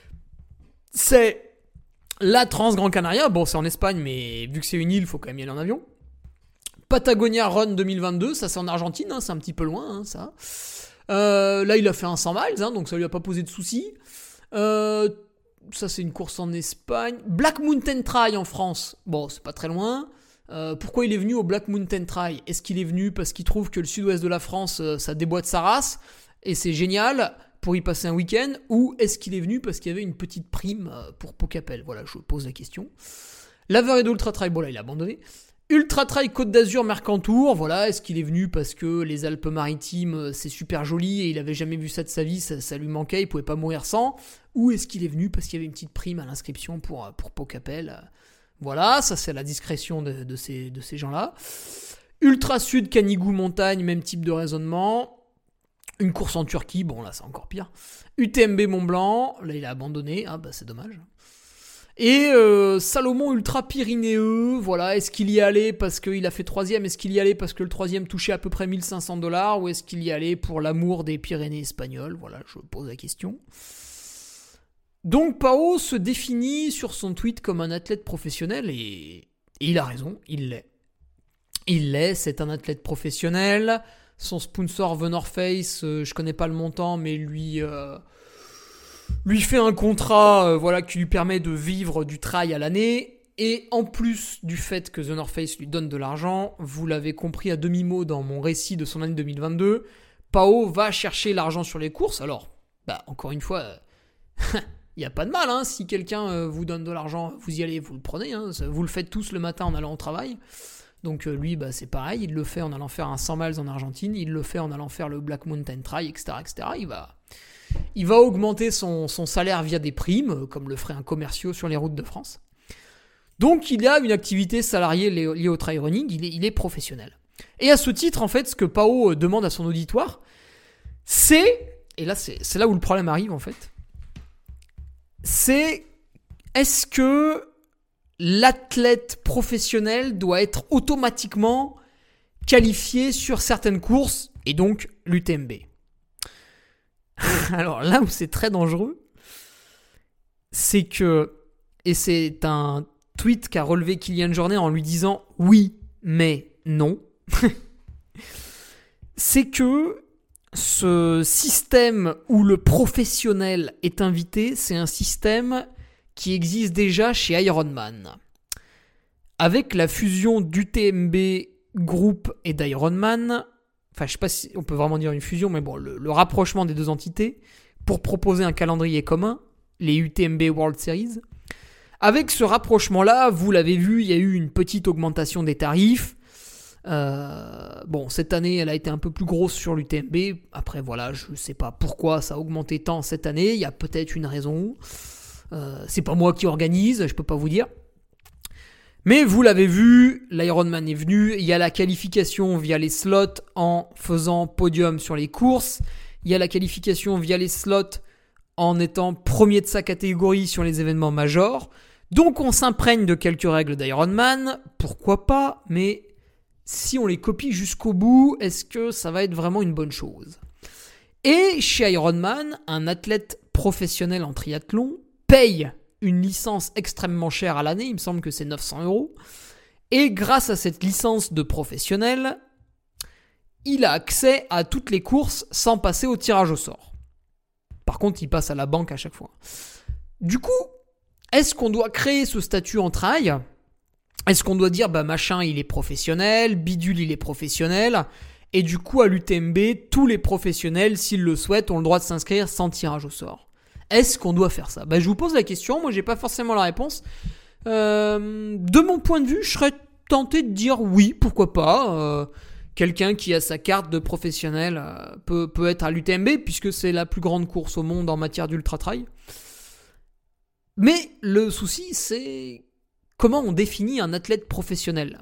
c'est la Trans-Gran Canaria. Bon, c'est en Espagne, mais vu que c'est une île, il faut quand même y aller en avion. Patagonia Run deux mille vingt-deux, ça c'est en Argentine, hein, c'est un petit peu loin, hein, ça. Euh, là, il a fait un cent miles, hein, donc ça lui a pas posé de soucis. Euh, ça, c'est une course en Espagne. Black Mountain Trail en France, bon, c'est pas très loin. Euh, pourquoi il est venu au Black Mountain Trail ? Est-ce qu'il est venu parce qu'il trouve que le sud-ouest de la France, euh, ça déboîte sa race et c'est génial pour y passer un week-end ? Ou est-ce qu'il est venu parce qu'il y avait une petite prime euh, pour Pau Capell ? Voilà, je pose la question. Lavaredo Ultra Trail, bon là il a abandonné. Ultra Trail Côte d'Azur Mercantour, voilà, est-ce qu'il est venu parce que les Alpes-Maritimes euh, c'est super joli et il avait jamais vu ça de sa vie, ça, ça lui manquait, il pouvait pas mourir sans ? Ou est-ce qu'il est venu parce qu'il y avait une petite prime à l'inscription pour, pour Pau Capell ? Voilà, ça c'est la discrétion de, de, ces, de ces gens-là. Ultra Sud, Canigou, montagne, même type de raisonnement. Une course en Turquie, bon là c'est encore pire. U T M B Mont Blanc, là il a abandonné, ah bah c'est dommage. Et euh, Salomon Ultra Pyrénéeux, voilà, est-ce qu'il y allait parce qu'il a fait troisième ? Est-ce qu'il y allait parce que le troisième touchait à peu près mille cinq cents dollars ? Ou est-ce qu'il y allait pour l'amour des Pyrénées espagnoles ? Voilà, je pose la question. Donc Pau se définit sur son tweet comme un athlète professionnel et, et il a raison, il l'est. Il l'est, c'est un athlète professionnel. Son sponsor The North Face, euh, je connais pas le montant, mais lui, euh, lui fait un contrat euh, voilà, qui lui permet de vivre du trail à l'année. Et en plus du fait que The North Face lui donne de l'argent, vous l'avez compris à demi-mot dans mon récit de son année deux mille vingt-deux, Pau va chercher l'argent sur les courses. Alors, bah, encore une fois... Euh, il n'y a pas de mal, hein, si quelqu'un euh, vous donne de l'argent, vous y allez, vous le prenez, hein, vous le faites tous le matin en allant au travail. Donc euh, lui, bah, c'est pareil, il le fait en allant faire un cent miles en Argentine, il le fait en allant faire le Black Mountain Trail, et cetera, et cetera. Il va, il va augmenter son, son salaire via des primes, comme le ferait un commerciaux sur les routes de France. Donc il a une activité salariée liée au trail running, il est, il est professionnel. Et à ce titre, en fait, ce que Pau demande à son auditoire, c'est, et là c'est, c'est là où le problème arrive en fait, c'est est-ce que l'athlète professionnel doit être automatiquement qualifié sur certaines courses et donc l'U T M B. Alors là où c'est très dangereux, c'est que, et c'est un tweet qu'a relevé Kylian Jornet en lui disant oui mais non, c'est que ce système où le professionnel est invité, c'est un système qui existe déjà chez Ironman. Avec la fusion d'U T M B Group et d'Ironman, enfin je sais pas si on peut vraiment dire une fusion, mais bon, le, le rapprochement des deux entités pour proposer un calendrier commun, les U T M B World Series. Avec ce rapprochement-là, vous l'avez vu, il y a eu une petite augmentation des tarifs. Euh, bon, cette année, elle a été un peu plus grosse sur l'U T M B. Après, voilà, je ne sais pas pourquoi ça a augmenté tant cette année. Il y a peut-être une raison. Euh, c'est pas moi qui organise, je peux pas vous dire. Mais vous l'avez vu, l'Ironman est venu. Il y a la qualification via les slots en faisant podium sur les courses. Il y a la qualification via les slots en étant premier de sa catégorie sur les événements majors. Donc on s'imprègne de quelques règles d'Ironman, pourquoi pas, mais si on les copie jusqu'au bout, est-ce que ça va être vraiment une bonne chose ? Et chez Ironman, un athlète professionnel en triathlon paye une licence extrêmement chère à l'année, il me semble que c'est neuf cents euros, et grâce à cette licence de professionnel, il a accès à toutes les courses sans passer au tirage au sort. Par contre, il passe à la banque à chaque fois. Du coup, est-ce qu'on doit créer ce statut en trail ? Est-ce qu'on doit dire, bah machin, il est professionnel, bidule, il est professionnel, et du coup, à l'U T M B, tous les professionnels, s'ils le souhaitent, ont le droit de s'inscrire sans tirage au sort. Est-ce qu'on doit faire ça ? Bah, je vous pose la question, moi, j'ai pas forcément la réponse. Euh, de mon point de vue, je serais tenté de dire oui, pourquoi pas. Euh, quelqu'un qui a sa carte de professionnel euh, peut, peut être à l'U T M B, puisque c'est la plus grande course au monde en matière d'ultra-trail. Mais le souci, c'est comment on définit un athlète professionnel.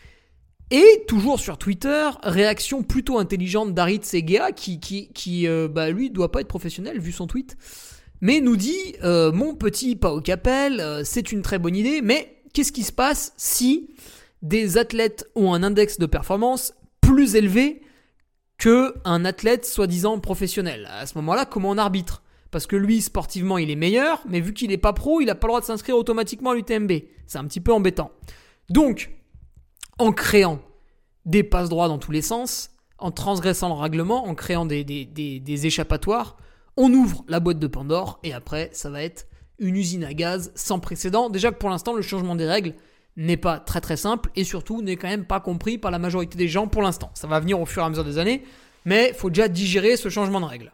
Et toujours sur Twitter, réaction plutôt intelligente d'Arit Segea, qui, qui, qui euh, bah, lui, doit pas être professionnel vu son tweet, mais nous dit euh, « Mon petit Pao Capel, euh, c'est une très bonne idée, mais qu'est-ce qui se passe si des athlètes ont un index de performance plus élevé qu'un athlète soi-disant professionnel ? À ce moment-là, comment on arbitre ? Parce que lui, sportivement, il est meilleur, mais vu qu'il n'est pas pro, il n'a pas le droit de s'inscrire automatiquement à l'U T M B. C'est un petit peu embêtant. Donc, en créant des passe-droits dans tous les sens, en transgressant le règlement, en créant des, des, des, des échappatoires, on ouvre la boîte de Pandore, et après, ça va être une usine à gaz sans précédent. Déjà que pour l'instant, le changement des règles n'est pas très très simple, et surtout n'est quand même pas compris par la majorité des gens pour l'instant. Ça va venir au fur et à mesure des années, mais il faut déjà digérer ce changement de règles.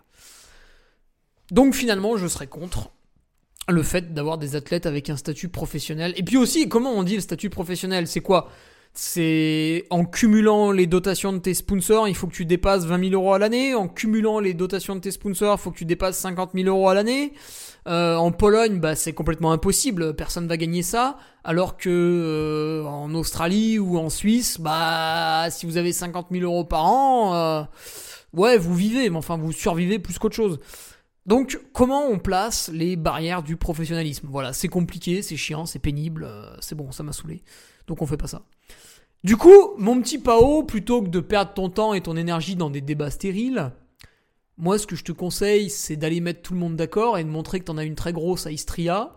Donc finalement, je serais contre le fait d'avoir des athlètes avec un statut professionnel. Et puis aussi, comment on dit le statut professionnel ? C'est quoi ? C'est en cumulant les dotations de tes sponsors, il faut que tu dépasses vingt mille euros à l'année. En cumulant les dotations de tes sponsors, il faut que tu dépasses cinquante mille euros à l'année. Euh, en Pologne, bah, c'est complètement impossible. Personne va gagner ça. Alors que euh, en Australie ou en Suisse, bah, si vous avez cinquante mille euros par an, euh, ouais, vous vivez, mais enfin, vous survivez plus qu'autre chose. Donc, comment on place les barrières du professionnalisme ? Voilà, c'est compliqué, c'est chiant, c'est pénible, euh, c'est bon, ça m'a saoulé. Donc on fait pas ça. Du coup, mon petit Pao, plutôt que de perdre ton temps et ton énergie dans des débats stériles, moi, ce que je te conseille, c'est d'aller mettre tout le monde d'accord et de montrer que t'en as une très grosse à Istria.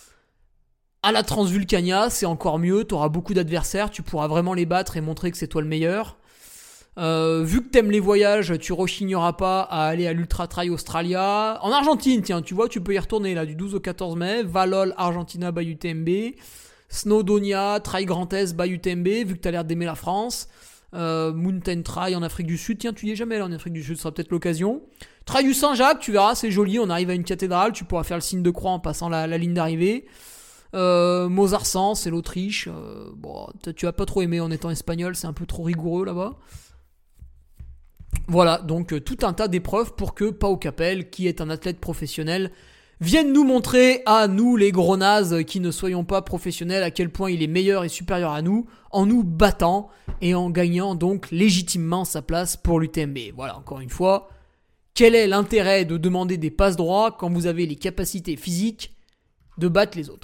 À la Transvulcania, c'est encore mieux, t'auras beaucoup d'adversaires, tu pourras vraiment les battre et montrer que c'est toi le meilleur. Euh, vu que t'aimes les voyages, tu rechigneras pas à aller à l'Ultra Trail Australia. En Argentine, tiens, tu vois, tu peux y retourner là du douze au quatorze mai. Valol, Argentina, by U T M B. Snowdonia, Trail Grand Est, by U T M B, vu que t'as l'air d'aimer la France. Euh, Mountain Trail en Afrique du Sud. Tiens, tu y es jamais là en Afrique du Sud, ce sera peut-être l'occasion. Trail du Saint-Jacques, tu verras, c'est joli. On arrive à une cathédrale, tu pourras faire le signe de croix en passant la, la ligne d'arrivée. Euh, Mozarsan, c'est l'Autriche. Euh, bon, tu vas pas trop aimer en étant espagnol, c'est un peu trop rigoureux là-bas. Voilà, donc euh, tout un tas d'épreuves pour que Pao Capel, qui est un athlète professionnel, vienne nous montrer à nous, les gros nazes qui ne soyons pas professionnels, à quel point il est meilleur et supérieur à nous, en nous battant et en gagnant donc légitimement sa place pour l'U T M B. Voilà, encore une fois, quel est l'intérêt de demander des passes droits quand vous avez les capacités physiques de battre les autres ?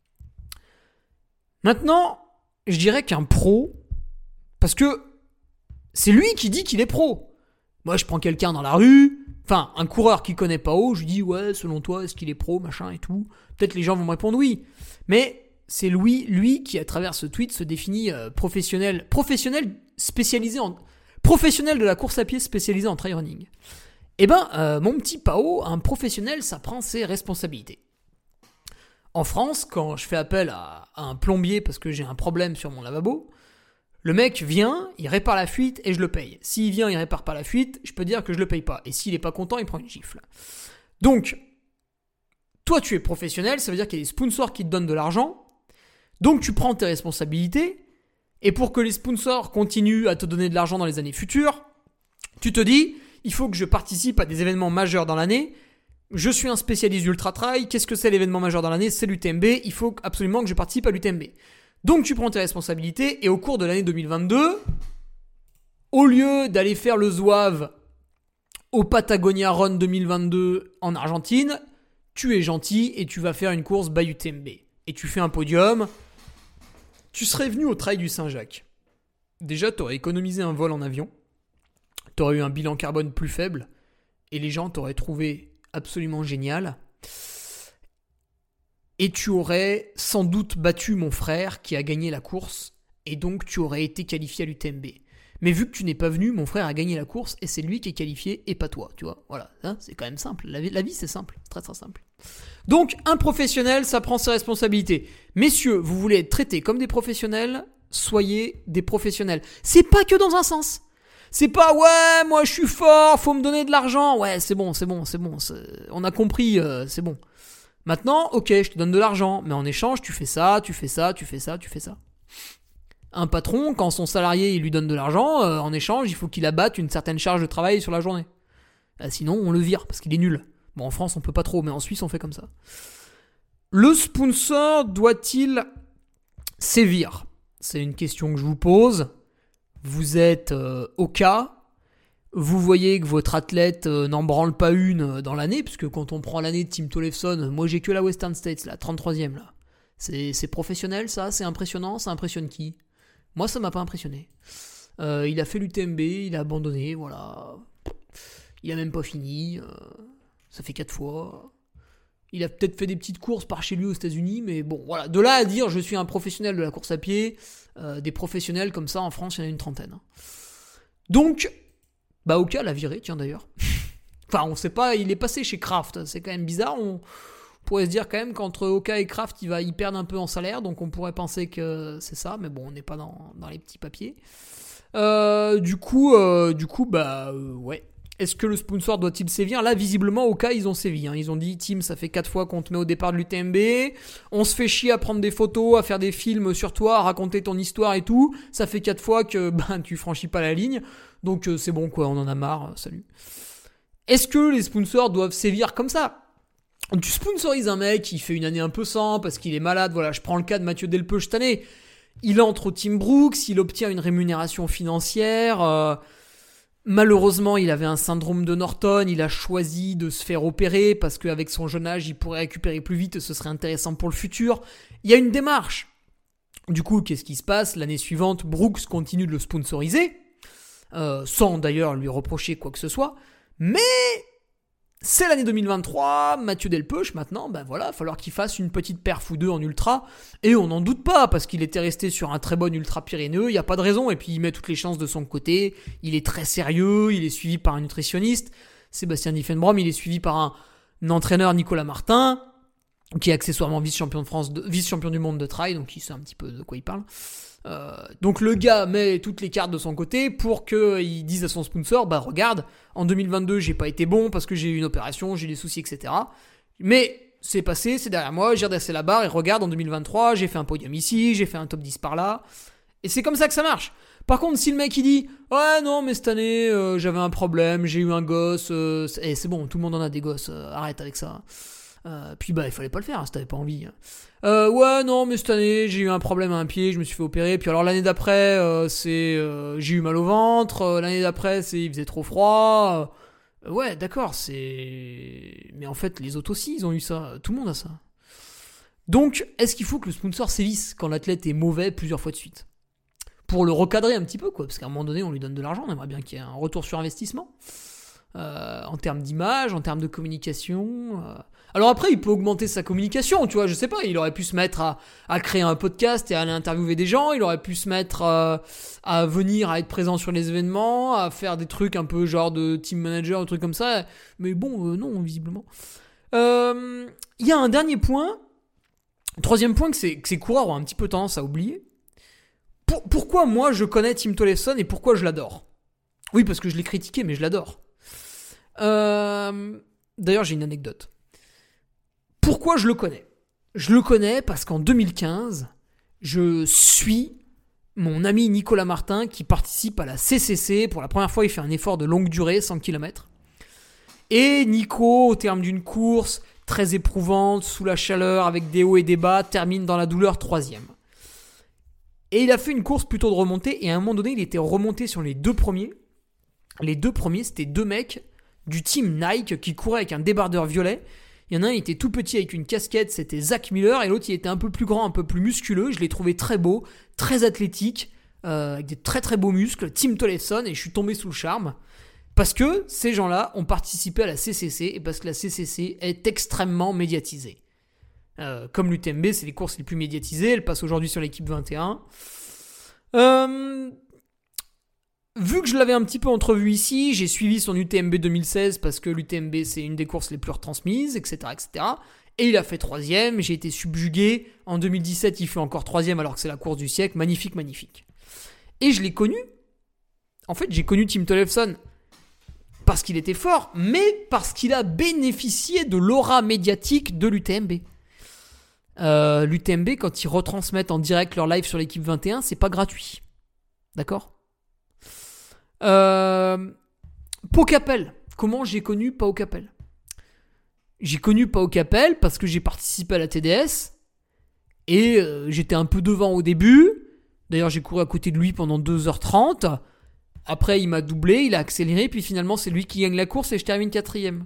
Maintenant, je dirais qu'un pro, parce que c'est lui qui dit qu'il est pro. Moi, je prends quelqu'un dans la rue, enfin, un coureur qui connaît Pao, je lui dis, ouais, selon toi, est-ce qu'il est pro, machin et tout. Peut-être les gens vont me répondre oui. Mais c'est lui, lui qui, à travers ce tweet, se définit euh, professionnel, professionnel spécialisé en, professionnel de la course à pied spécialisé en trail running. Eh ben, euh, mon petit Pao, un professionnel, ça prend ses responsabilités. En France, quand je fais appel à, à un plombier parce que j'ai un problème sur mon lavabo, Le mec vient, il répare la fuite et je le paye. S'il vient, il répare pas la fuite, je peux dire que je le paye pas. Et s'il est pas content, il prend une gifle. Donc, toi tu es professionnel, ça veut dire qu'il y a des sponsors qui te donnent de l'argent. Donc tu prends tes responsabilités. Et pour que les sponsors continuent à te donner de l'argent dans les années futures, tu te dis, il faut que je participe à des événements majeurs dans l'année. Je suis un spécialiste du Ultra Trail. Qu'est-ce que c'est l'événement majeur dans l'année ? C'est l'U T M B. Il faut absolument que je participe à l'U T M B. Donc tu prends tes responsabilités et au cours de l'année deux mille vingt-deux, au lieu d'aller faire le zouave au Patagonia Run deux mille vingt-deux en Argentine, tu es gentil et tu vas faire une course by U T M B. Et tu fais un podium. Tu serais venu au Trail du Saint-Jacques. Déjà, tu aurais économisé un vol en avion. Tu aurais eu un bilan carbone plus faible. Et les gens t'auraient trouvé absolument génial. Et tu aurais sans doute battu mon frère qui a gagné la course. Et donc, tu aurais été qualifié à l'U T M B. Mais vu que tu n'es pas venu, mon frère a gagné la course et c'est lui qui est qualifié et pas toi, tu vois. Voilà, hein, c'est quand même simple. La vie, la vie c'est simple, c'est très très simple. Donc, un professionnel, ça prend ses responsabilités. Messieurs, vous voulez être traités comme des professionnels, soyez des professionnels. C'est pas que dans un sens. C'est pas, ouais, moi je suis fort, faut me donner de l'argent. Ouais, c'est bon, c'est bon, c'est bon. C'est... On a compris, euh, c'est bon. Maintenant, ok, je te donne de l'argent, mais en échange, tu fais ça, tu fais ça, tu fais ça, tu fais ça. Un patron, quand son salarié il lui donne de l'argent, euh, en échange, il faut qu'il abatte une certaine charge de travail sur la journée. Euh, sinon, on le vire parce qu'il est nul. Bon, en France, on peut pas trop, mais en Suisse, on fait comme ça. Le sponsor doit-il sévir ? C'est une question que je vous pose. Vous êtes euh, au cas. Vous voyez que votre athlète euh, n'en branle pas une euh, dans l'année, puisque quand on prend l'année de Tim Tollefson, moi j'ai que la Western States, la trente-troisième là. C'est, c'est professionnel ça, c'est impressionnant, ça impressionne qui ? Moi ça m'a pas impressionné. Euh, il a fait l'U T M B, il a abandonné, voilà. Il a même pas fini, euh, ça fait quatre fois. Il a peut-être fait des petites courses par chez lui aux États-Unis, mais bon, voilà. De là à dire je suis un professionnel de la course à pied, euh, des professionnels comme ça en France, il y en a une trentaine. Donc, bah Oka l'a viré, tiens d'ailleurs. Enfin, on sait pas, il est passé chez Kraft, c'est quand même bizarre. On pourrait se dire quand même qu'entre Oka et Kraft, il va y perdre un peu en salaire, donc on pourrait penser que c'est ça, mais bon, on n'est pas dans, dans les petits papiers. Euh, du coup, euh, du coup, bah euh, ouais. Est-ce que le sponsor doit-il sévir ? Là, visiblement, Oka, ils ont sévi. Hein. Ils ont dit, Tim, ça fait quatre fois qu'on te met au départ de l'U T M B. On se fait chier à prendre des photos, à faire des films sur toi, à raconter ton histoire et tout. Ça fait quatre fois que ben, tu franchis pas la ligne. Donc euh, c'est bon, quoi, on en a marre. Salut. Est-ce que les sponsors doivent sévir comme ça ? Tu sponsorises un mec qui fait une année un peu sans parce qu'il est malade. Voilà, je prends le cas de Mathieu Delpeuch cette année. Il entre au Team Brooks, il obtient une rémunération financière... Euh, Malheureusement, il avait un syndrome de Norton, il a choisi de se faire opérer parce qu'avec son jeune âge, il pourrait récupérer plus vite et ce serait intéressant pour le futur. Il y a une démarche. Du coup, qu'est-ce qui se passe ? L'année suivante, Brooks continue de le sponsoriser, euh, sans d'ailleurs lui reprocher quoi que ce soit. Mais c'est l'année deux mille vingt-trois, Mathieu Delpeuch, maintenant, ben voilà, il va falloir qu'il fasse une petite perf ou deux en ultra. Et on n'en doute pas, parce qu'il était resté sur un très bon ultra pyrénéeux, il n'y a pas de raison. Et puis il met toutes les chances de son côté, il est très sérieux, il est suivi par un nutritionniste. Sébastien Diffenbrom, il est suivi par un, un entraîneur, Nicolas Martin, qui est accessoirement vice-champion de France, de, vice-champion du monde de trail, donc il sait un petit peu de quoi il parle. Euh, donc le gars met toutes les cartes de son côté pour qu'il dise à son sponsor, bah regarde, en deux mille vingt-deux j'ai pas été bon parce que j'ai eu une opération, j'ai eu des soucis, et cetera. Mais c'est passé, c'est derrière moi, j'ai redressé la barre et regarde, en deux mille vingt-trois j'ai fait un podium ici, j'ai fait un top dix par là. Et c'est comme ça que ça marche. Par contre, si le mec il dit ouais non mais cette année euh, j'avais un problème, j'ai eu un gosse, euh, c'est, eh, c'est bon, tout le monde en a des gosses, euh, arrête avec ça. Euh, puis bah il fallait pas le faire hein, si t'avais pas envie. Euh, ouais non mais cette année j'ai eu un problème à un pied, je me suis fait opérer. Puis alors l'année d'après euh, c'est euh, j'ai eu mal au ventre. Euh, l'année d'après c'est il faisait trop froid. Euh, ouais d'accord c'est. Mais en fait les autres aussi ils ont eu ça. Tout le monde a ça. Donc est-ce qu'il faut que le sponsor sévisse quand l'athlète est mauvais plusieurs fois de suite pour le recadrer un petit peu quoi, parce qu'à un moment donné on lui donne de l'argent, on aimerait bien qu'il y ait un retour sur investissement. Euh, en termes d'image, en termes de communication. Euh... Alors après, il peut augmenter sa communication, tu vois, je sais pas, il aurait pu se mettre à, à créer un podcast et à aller interviewer des gens, il aurait pu se mettre euh, à venir, à être présent sur les événements, à faire des trucs un peu genre de team manager, des trucs comme ça, mais bon, euh, non, visiblement. Il euh, y a un dernier point, troisième point que ces, que ces coureurs ont un petit peu tendance à oublier. pour, pourquoi moi je connais Tim Tollefson et pourquoi je l'adore? Oui, parce que je l'ai critiqué, mais je l'adore. Euh, d'ailleurs, j'ai une anecdote. Pourquoi je le connais? Je le connais parce qu'en deux mille quinze, je suis mon ami Nicolas Martin qui participe à la C C C. Pour la première fois, il fait un effort de longue durée, cent kilomètres. Et Nico, au terme d'une course très éprouvante, sous la chaleur, avec des hauts et des bas, termine dans la douleur troisième. Et il a fait une course plutôt de remontée, et à un moment donné, il était remonté sur les deux premiers. Les deux premiers, c'était deux mecs du team Nike qui couraient avec un débardeur violet. Il y en a un, il était tout petit avec une casquette, c'était Zach Miller, et l'autre, il était un peu plus grand, un peu plus musculeux. Je l'ai trouvé très beau, très athlétique, euh, avec des très très beaux muscles, Tim Tollefson, et je suis tombé sous le charme. Parce que ces gens-là ont participé à la C C C, et parce que la C C C est extrêmement médiatisée. Euh, comme l'U T M B, c'est les courses les plus médiatisées, elle passe aujourd'hui sur l'équipe vingt et un. Euh... Vu que je l'avais un petit peu entrevu ici, j'ai suivi son U T M B deux mille seize parce que l'U T M B c'est une des courses les plus retransmises, et cetera, et cetera. Et il a fait troisième, j'ai été subjugué. En deux mille dix-sept, il fait encore troisième alors que c'est la course du siècle. Magnifique, magnifique. Et je l'ai connu. En fait, j'ai connu Tim Tollefson parce qu'il était fort, mais parce qu'il a bénéficié de l'aura médiatique de l'U T M B. Euh, L'U T M B, quand ils retransmettent en direct leur live sur l'équipe vingt et un, c'est pas gratuit. D'accord ? Euh, Pau Capel. Comment j'ai connu Pau Capel? J'ai connu Pau Capel parce que j'ai participé à la T D S et euh, j'étais un peu devant au début. D'ailleurs, j'ai couru à côté de lui pendant deux heures trente. Après, il m'a doublé, il a accéléré, puis finalement, c'est lui qui gagne la course et je termine quatrième.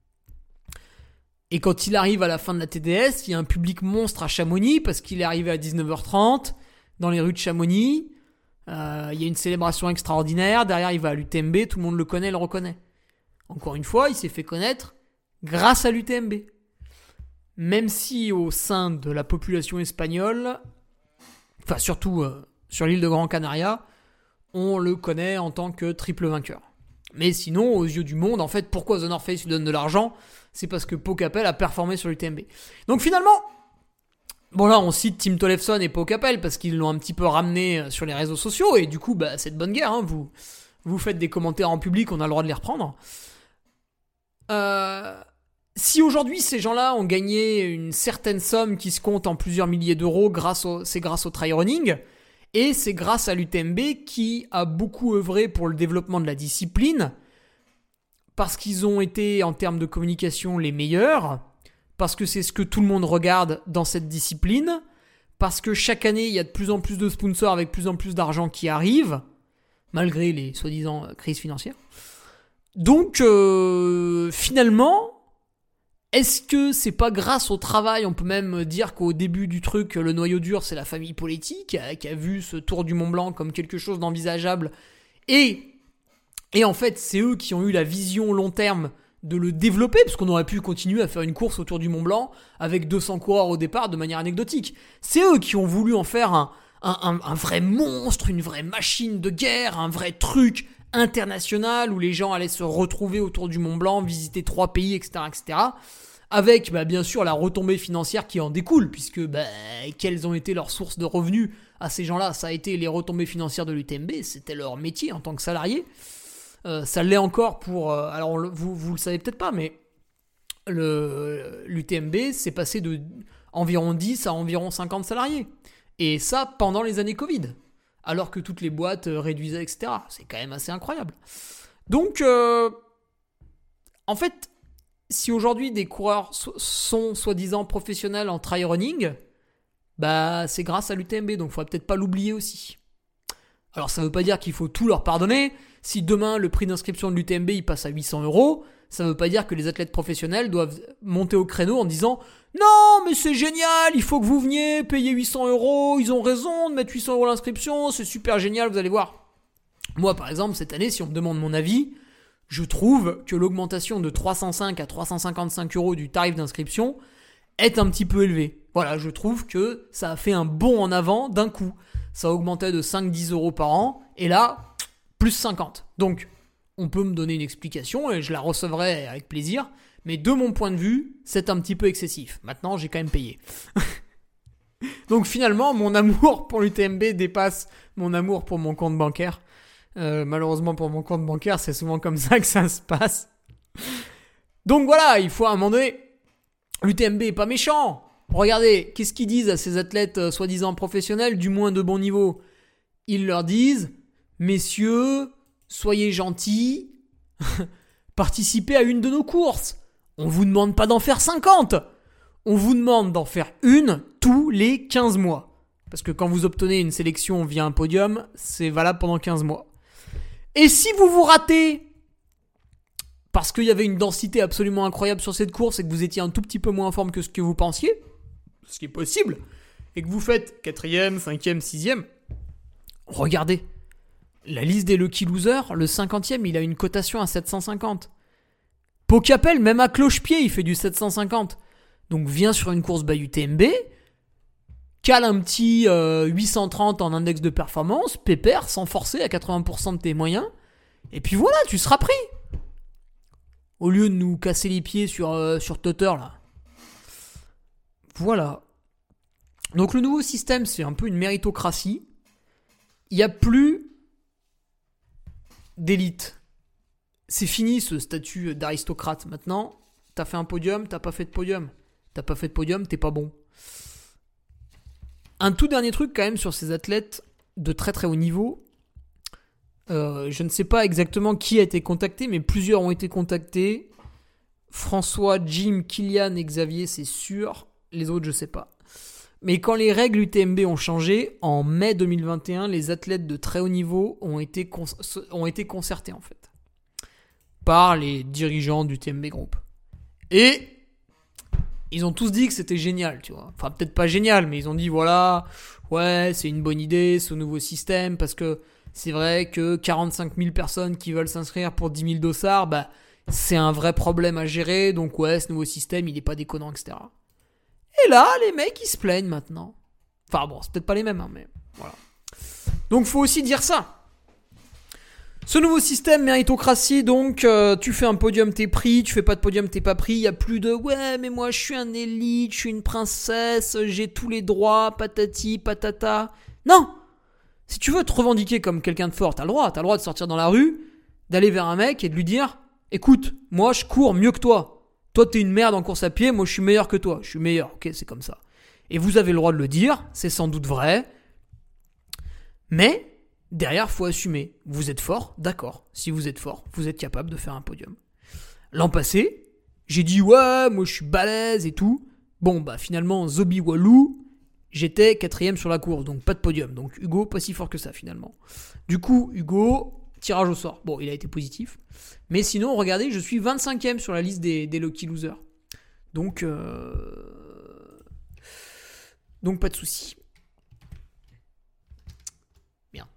Et quand il arrive à la fin de la T D S, il y a un public monstre à Chamonix parce qu'il est arrivé à dix-neuf heures trente dans les rues de Chamonix. Euh, il y a une célébration extraordinaire. Derrière, il va à l'U T M B. Tout le monde le connaît, le reconnaît. Encore une fois, il s'est fait connaître grâce à l'U T M B. Même si au sein de la population espagnole, enfin surtout euh, sur l'île de Gran Canaria, on le connaît en tant que triple vainqueur. Mais sinon, aux yeux du monde, en fait, pourquoi The North Face lui donne de l'argent? C'est parce que Pau Capel a performé sur l'U T M B. Donc finalement, bon là on cite Tim Tollefson et Pau Capel parce qu'ils l'ont un petit peu ramené sur les réseaux sociaux et du coup bah, c'est de bonne guerre, hein. vous, vous faites des commentaires en public, on a le droit de les reprendre. Euh, si aujourd'hui ces gens-là ont gagné une certaine somme qui se compte en plusieurs milliers d'euros, grâce au, c'est grâce au trail running et c'est grâce à l'U T M B qui a beaucoup œuvré pour le développement de la discipline parce qu'ils ont été en termes de communication les meilleurs. Parce que c'est ce que tout le monde regarde dans cette discipline, parce que chaque année, il y a de plus en plus de sponsors avec plus en plus d'argent qui arrivent, malgré les soi-disant crises financières. Donc, euh, finalement, est-ce que c'est pas grâce au travail? On peut même dire qu'au début du truc, le noyau dur, c'est la famille Poletti, qui a, qui a vu ce Tour du Mont Blanc comme quelque chose d'envisageable. Et, et en fait, c'est eux qui ont eu la vision long terme de le développer, parce qu'on aurait pu continuer à faire une course autour du Mont Blanc avec deux cents coureurs au départ de manière anecdotique. C'est eux qui ont voulu en faire un, un, un, un vrai monstre, une vraie machine de guerre, un vrai truc international où les gens allaient se retrouver autour du Mont Blanc, visiter trois pays, et cetera, et cetera. Avec bah, bien sûr la retombée financière qui en découle, puisque bah, quelles ont été leurs sources de revenus à ces gens-là? Ça a été les retombées financières de l'U T M B, c'était leur métier en tant que salariés. Euh, ça l'est encore pour... Euh, alors, on, vous, vous le savez peut-être pas, mais le, l'U T M B, c'est passé de environ dix à environ cinquante salariés. Et ça, pendant les années Covid. Alors que toutes les boîtes réduisaient, et cetera. C'est quand même assez incroyable. Donc, euh, en fait, si aujourd'hui des coureurs so- sont soi-disant professionnels en trail running, bah, c'est grâce à l'U T M B. Donc, il ne faudrait peut-être pas l'oublier aussi. Alors, ça ne veut pas dire qu'il faut tout leur pardonner. Si demain, le prix d'inscription de l'U T M B il passe à huit cents euros, ça ne veut pas dire que les athlètes professionnels doivent monter au créneau en disant « Non, mais c'est génial, il faut que vous veniez payer huit cents euros, ils ont raison de mettre huit cents euros l'inscription, c'est super génial, vous allez voir. » Moi, par exemple, cette année, si on me demande mon avis, je trouve que l'augmentation de trois cent cinq à trois cent cinquante-cinq euros du tarif d'inscription est un petit peu élevée. Voilà, je trouve que ça a fait un bond en avant d'un coup. Ça augmentait de cinq à dix euros par an, et là... plus cinquante. Donc, on peut me donner une explication et je la recevrai avec plaisir. Mais de mon point de vue, c'est un petit peu excessif. Maintenant, j'ai quand même payé. Donc finalement, mon amour pour l'U T M B dépasse mon amour pour mon compte bancaire. Euh, malheureusement pour mon compte bancaire, c'est souvent comme ça que ça se passe. Donc voilà, il faut à un moment donné... L'U T M B est pas méchant. Regardez, qu'est-ce qu'ils disent à ces athlètes euh, soi-disant professionnels, du moins de bon niveau? Ils leur disent, messieurs, soyez gentils, participez à une de nos courses. On vous demande pas d'en faire cinquante. On vous demande d'en faire une tous les quinze mois. Parce que quand vous obtenez une sélection via un podium, c'est valable pendant quinze mois. Et si vous vous ratez, parce qu'il y avait une densité absolument incroyable sur cette course et que vous étiez un tout petit peu moins en forme que ce que vous pensiez, ce qui est possible, et que vous faites quatrième, cinquième, sixième, regardez, la liste des Lucky Losers, le cinquantième, il a une cotation à sept cent cinquante. Pau-Capel, même à cloche-pied, il fait du sept cent cinquante. Donc viens sur une course by U T M B, cale un petit euh, huit cent trente en index de performance, pépère, sans forcer à quatre-vingts pour cent de tes moyens, et puis voilà, tu seras pris. Au lieu de nous casser les pieds sur, euh, sur Twitter, là. Voilà. Donc le nouveau système, c'est un peu une méritocratie. Il n'y a plus d'élite. C'est fini ce statut d'aristocrate. Maintenant, t'as fait un podium, t'as pas fait de podium. T'as pas fait de podium, t'es pas bon. Un tout dernier truc quand même sur ces athlètes de très très haut niveau. Euh, je ne sais pas exactement qui a été contacté, mais plusieurs ont été contactés. François, Jim, Kylian et Xavier, c'est sûr. Les autres, je sais pas. Mais quand les règles U T M B ont changé, en mai deux mille vingt et un, les athlètes de très haut niveau ont été, cons- ont été concertés, en fait, par les dirigeants du U T M B Group. Et ils ont tous dit que c'était génial, tu vois. Enfin, peut-être pas génial, mais ils ont dit, voilà, ouais, c'est une bonne idée, ce nouveau système, parce que c'est vrai que quarante-cinq mille personnes qui veulent s'inscrire pour dix mille dossards, bah, c'est un vrai problème à gérer. Donc ouais, ce nouveau système, il est pas déconnant, et cetera. Et là, les mecs, ils se plaignent maintenant. Enfin bon, c'est peut-être pas les mêmes, hein, mais voilà. Donc faut aussi dire ça. Ce nouveau système méritocratie, donc, euh, tu fais un podium, t'es pris. Tu fais pas de podium, t'es pas pris. Il y a plus de, ouais, mais moi, je suis un élite, je suis une princesse, j'ai tous les droits, patati, patata. Non! Si tu veux te revendiquer comme quelqu'un de fort, t'as le droit. T'as le droit de sortir dans la rue, d'aller vers un mec et de lui dire, écoute, moi je cours mieux que toi. Toi t'es une merde en course à pied, moi je suis meilleur que toi. Je suis meilleur, ok, c'est comme ça. Et vous avez le droit de le dire, c'est sans doute vrai. Mais derrière, faut assumer. Vous êtes fort, d'accord. Si vous êtes fort, vous êtes capable de faire un podium. L'an passé, j'ai dit, ouais, moi je suis balèze et tout. Bon, bah finalement, Zobi Walou, j'étais quatrième sur la course, donc pas de podium. Donc Hugo, pas si fort que ça finalement. Du coup, Hugo, tirage au sort. Bon, il a été positif. Mais sinon, regardez, je suis vingt-cinquième sur la liste des, des Lucky Losers. Donc, euh... donc pas de souci. Bien.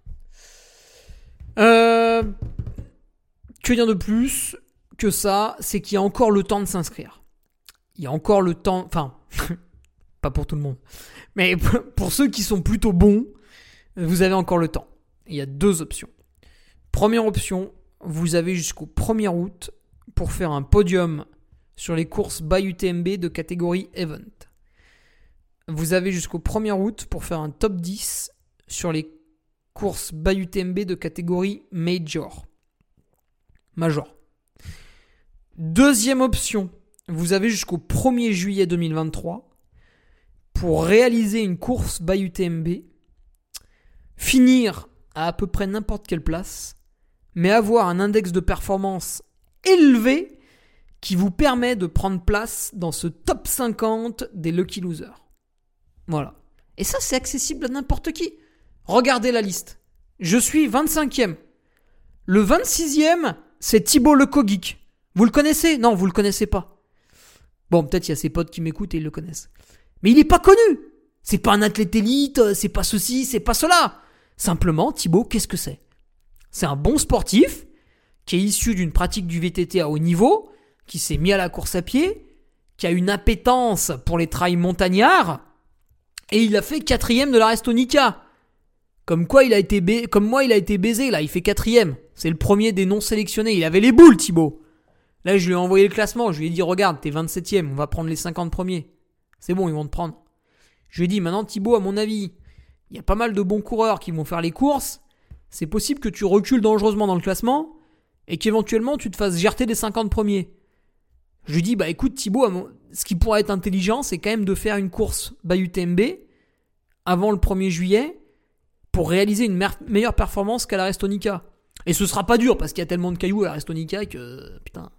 Euh... Que dire de plus que ça, c'est qu'il y a encore le temps de s'inscrire. Il y a encore le temps... Enfin, pas pour tout le monde. Mais pour ceux qui sont plutôt bons, vous avez encore le temps. Il y a deux options. Première option, vous avez jusqu'au premier août pour faire un podium sur les courses by U T M B de catégorie Event. Vous avez jusqu'au premier août pour faire un top dix sur les courses by U T M B de catégorie Major. Major. Deuxième option, vous avez jusqu'au premier juillet deux mille vingt-trois pour réaliser une course by U T M B, finir à à peu près n'importe quelle place, mais avoir un index de performance élevé qui vous permet de prendre place dans ce top cinquante des Lucky Losers. Voilà. Et ça, c'est accessible à n'importe qui. Regardez la liste. Je suis vingt-cinquième. Le vingt-sixième, c'est Thibaut Lecoq. Vous le connaissez ? Non, vous le connaissez pas. Bon, peut-être il y a ses potes qui m'écoutent et ils le connaissent. Mais il est pas connu. C'est pas un athlète élite, c'est pas ceci, c'est pas cela. Simplement, Thibaut, qu'est-ce que c'est ? C'est un bon sportif qui est issu d'une pratique du V T T à haut niveau, qui s'est mis à la course à pied, qui a une appétence pour les trails montagnards, et il a fait quatrième de la Restonica. Comme quoi, il a été ba... comme moi, il a été baisé, là, il fait quatrième. C'est le premier des non sélectionnés. Il avait les boules, Thibaut. Là, je lui ai envoyé le classement. Je lui ai dit, regarde, t'es vingt-septième, on va prendre les cinquante premiers. C'est bon, ils vont te prendre. Je lui ai dit, maintenant Thibaut, à mon avis, il y a pas mal de bons coureurs qui vont faire les courses. C'est possible que tu recules dangereusement dans le classement et qu'éventuellement tu te fasses gerter des cinquante premiers. Je lui dis, bah écoute Thibaut, ce qui pourrait être intelligent, c'est quand même de faire une course by U T M B avant le premier juillet pour réaliser une me- meilleure performance qu'à la Restonica. Et ce sera pas dur parce qu'il y a tellement de cailloux à la Restonica que... Putain.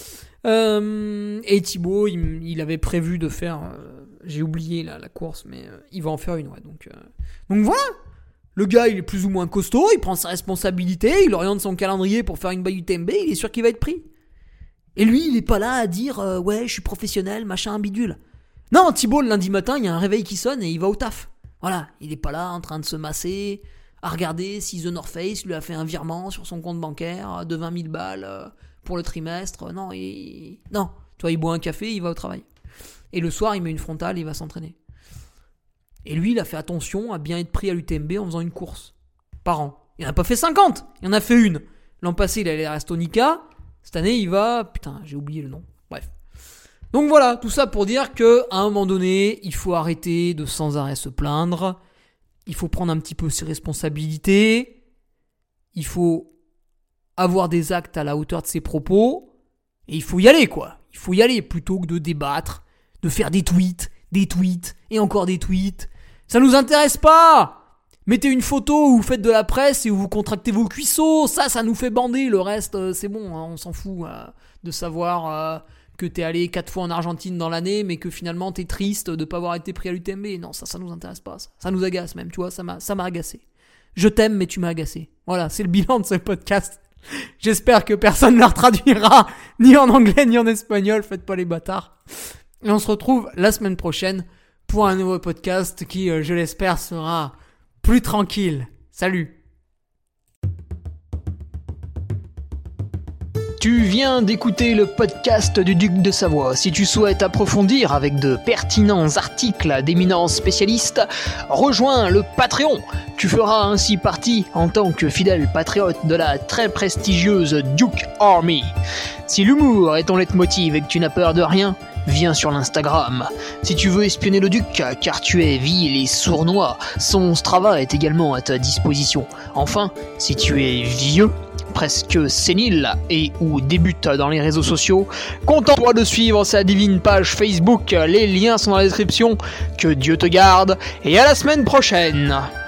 Euh, et Thibaut, il, il avait prévu de faire... Euh, j'ai oublié la, la course, mais euh, il va en faire une, ouais. Donc, euh, donc voilà. Le gars, il est plus ou moins costaud, il prend sa responsabilité, il oriente son calendrier pour faire une by U T M B, il est sûr qu'il va être pris. Et lui, il est pas là à dire euh, ouais, je suis professionnel, machin, bidule. Non, Thibaut, le lundi matin, il y a un réveil qui sonne et il va au taf. Voilà, il est pas là en train de se masser, à regarder si The North Face lui a fait un virement sur son compte bancaire de vingt mille balles euh, pour le trimestre. Non, il... non, toi, il boit un café, il va au travail. Et le soir, il met une frontale et il va s'entraîner. Et lui, il a fait attention à bien être pris à l'U T M B en faisant une course par an. Il n'en a pas fait cinquante, il en a fait une. L'an passé, il allait à Restonica. Cette année, il va... Putain, j'ai oublié le nom. Bref. Donc voilà, tout ça pour dire qu'à un moment donné, il faut arrêter de sans arrêt se plaindre. Il faut prendre un petit peu ses responsabilités. Il faut avoir des actes à la hauteur de ses propos. Et il faut y aller, quoi. Il faut y aller plutôt que de débattre, de faire des tweets, des tweets et encore des tweets. Ça nous intéresse pas. Mettez une photo où vous faites de la presse et où vous contractez vos cuisseaux. Ça, ça nous fait bander. Le reste, euh, c'est bon. Hein, on s'en fout euh, de savoir euh, que t'es allé quatre fois en Argentine dans l'année, mais que finalement t'es triste de pas avoir été pris à l'U T M B. Non, ça, ça nous intéresse pas. Ça, ça nous agace même, tu vois. Ça m'a, ça m'a agacé. Je t'aime, mais tu m'as agacé. Voilà, c'est le bilan de ce podcast. J'espère que personne ne le traduira ni en anglais ni en espagnol. Faites pas les bâtards. Et on se retrouve la semaine prochaine pour un nouveau podcast qui, euh, je l'espère, sera plus tranquille. Salut. Tu viens d'écouter le podcast du Duc de Savoie. Si tu souhaites approfondir avec de pertinents articles d'éminents spécialistes, rejoins le Patreon. Tu feras ainsi partie, en tant que fidèle patriote, de la très prestigieuse Duke Army. Si l'humour est ton leitmotiv et que tu n'as peur de rien, viens sur l'Instagram. Si tu veux espionner le Duc, car tu es vil et sournois, son Strava est également à ta disposition. Enfin, si tu es vieux, presque sénile et ou débute dans les réseaux sociaux, contente-toi de suivre sa divine page Facebook. Les liens sont dans la description. Que Dieu te garde et à la semaine prochaine.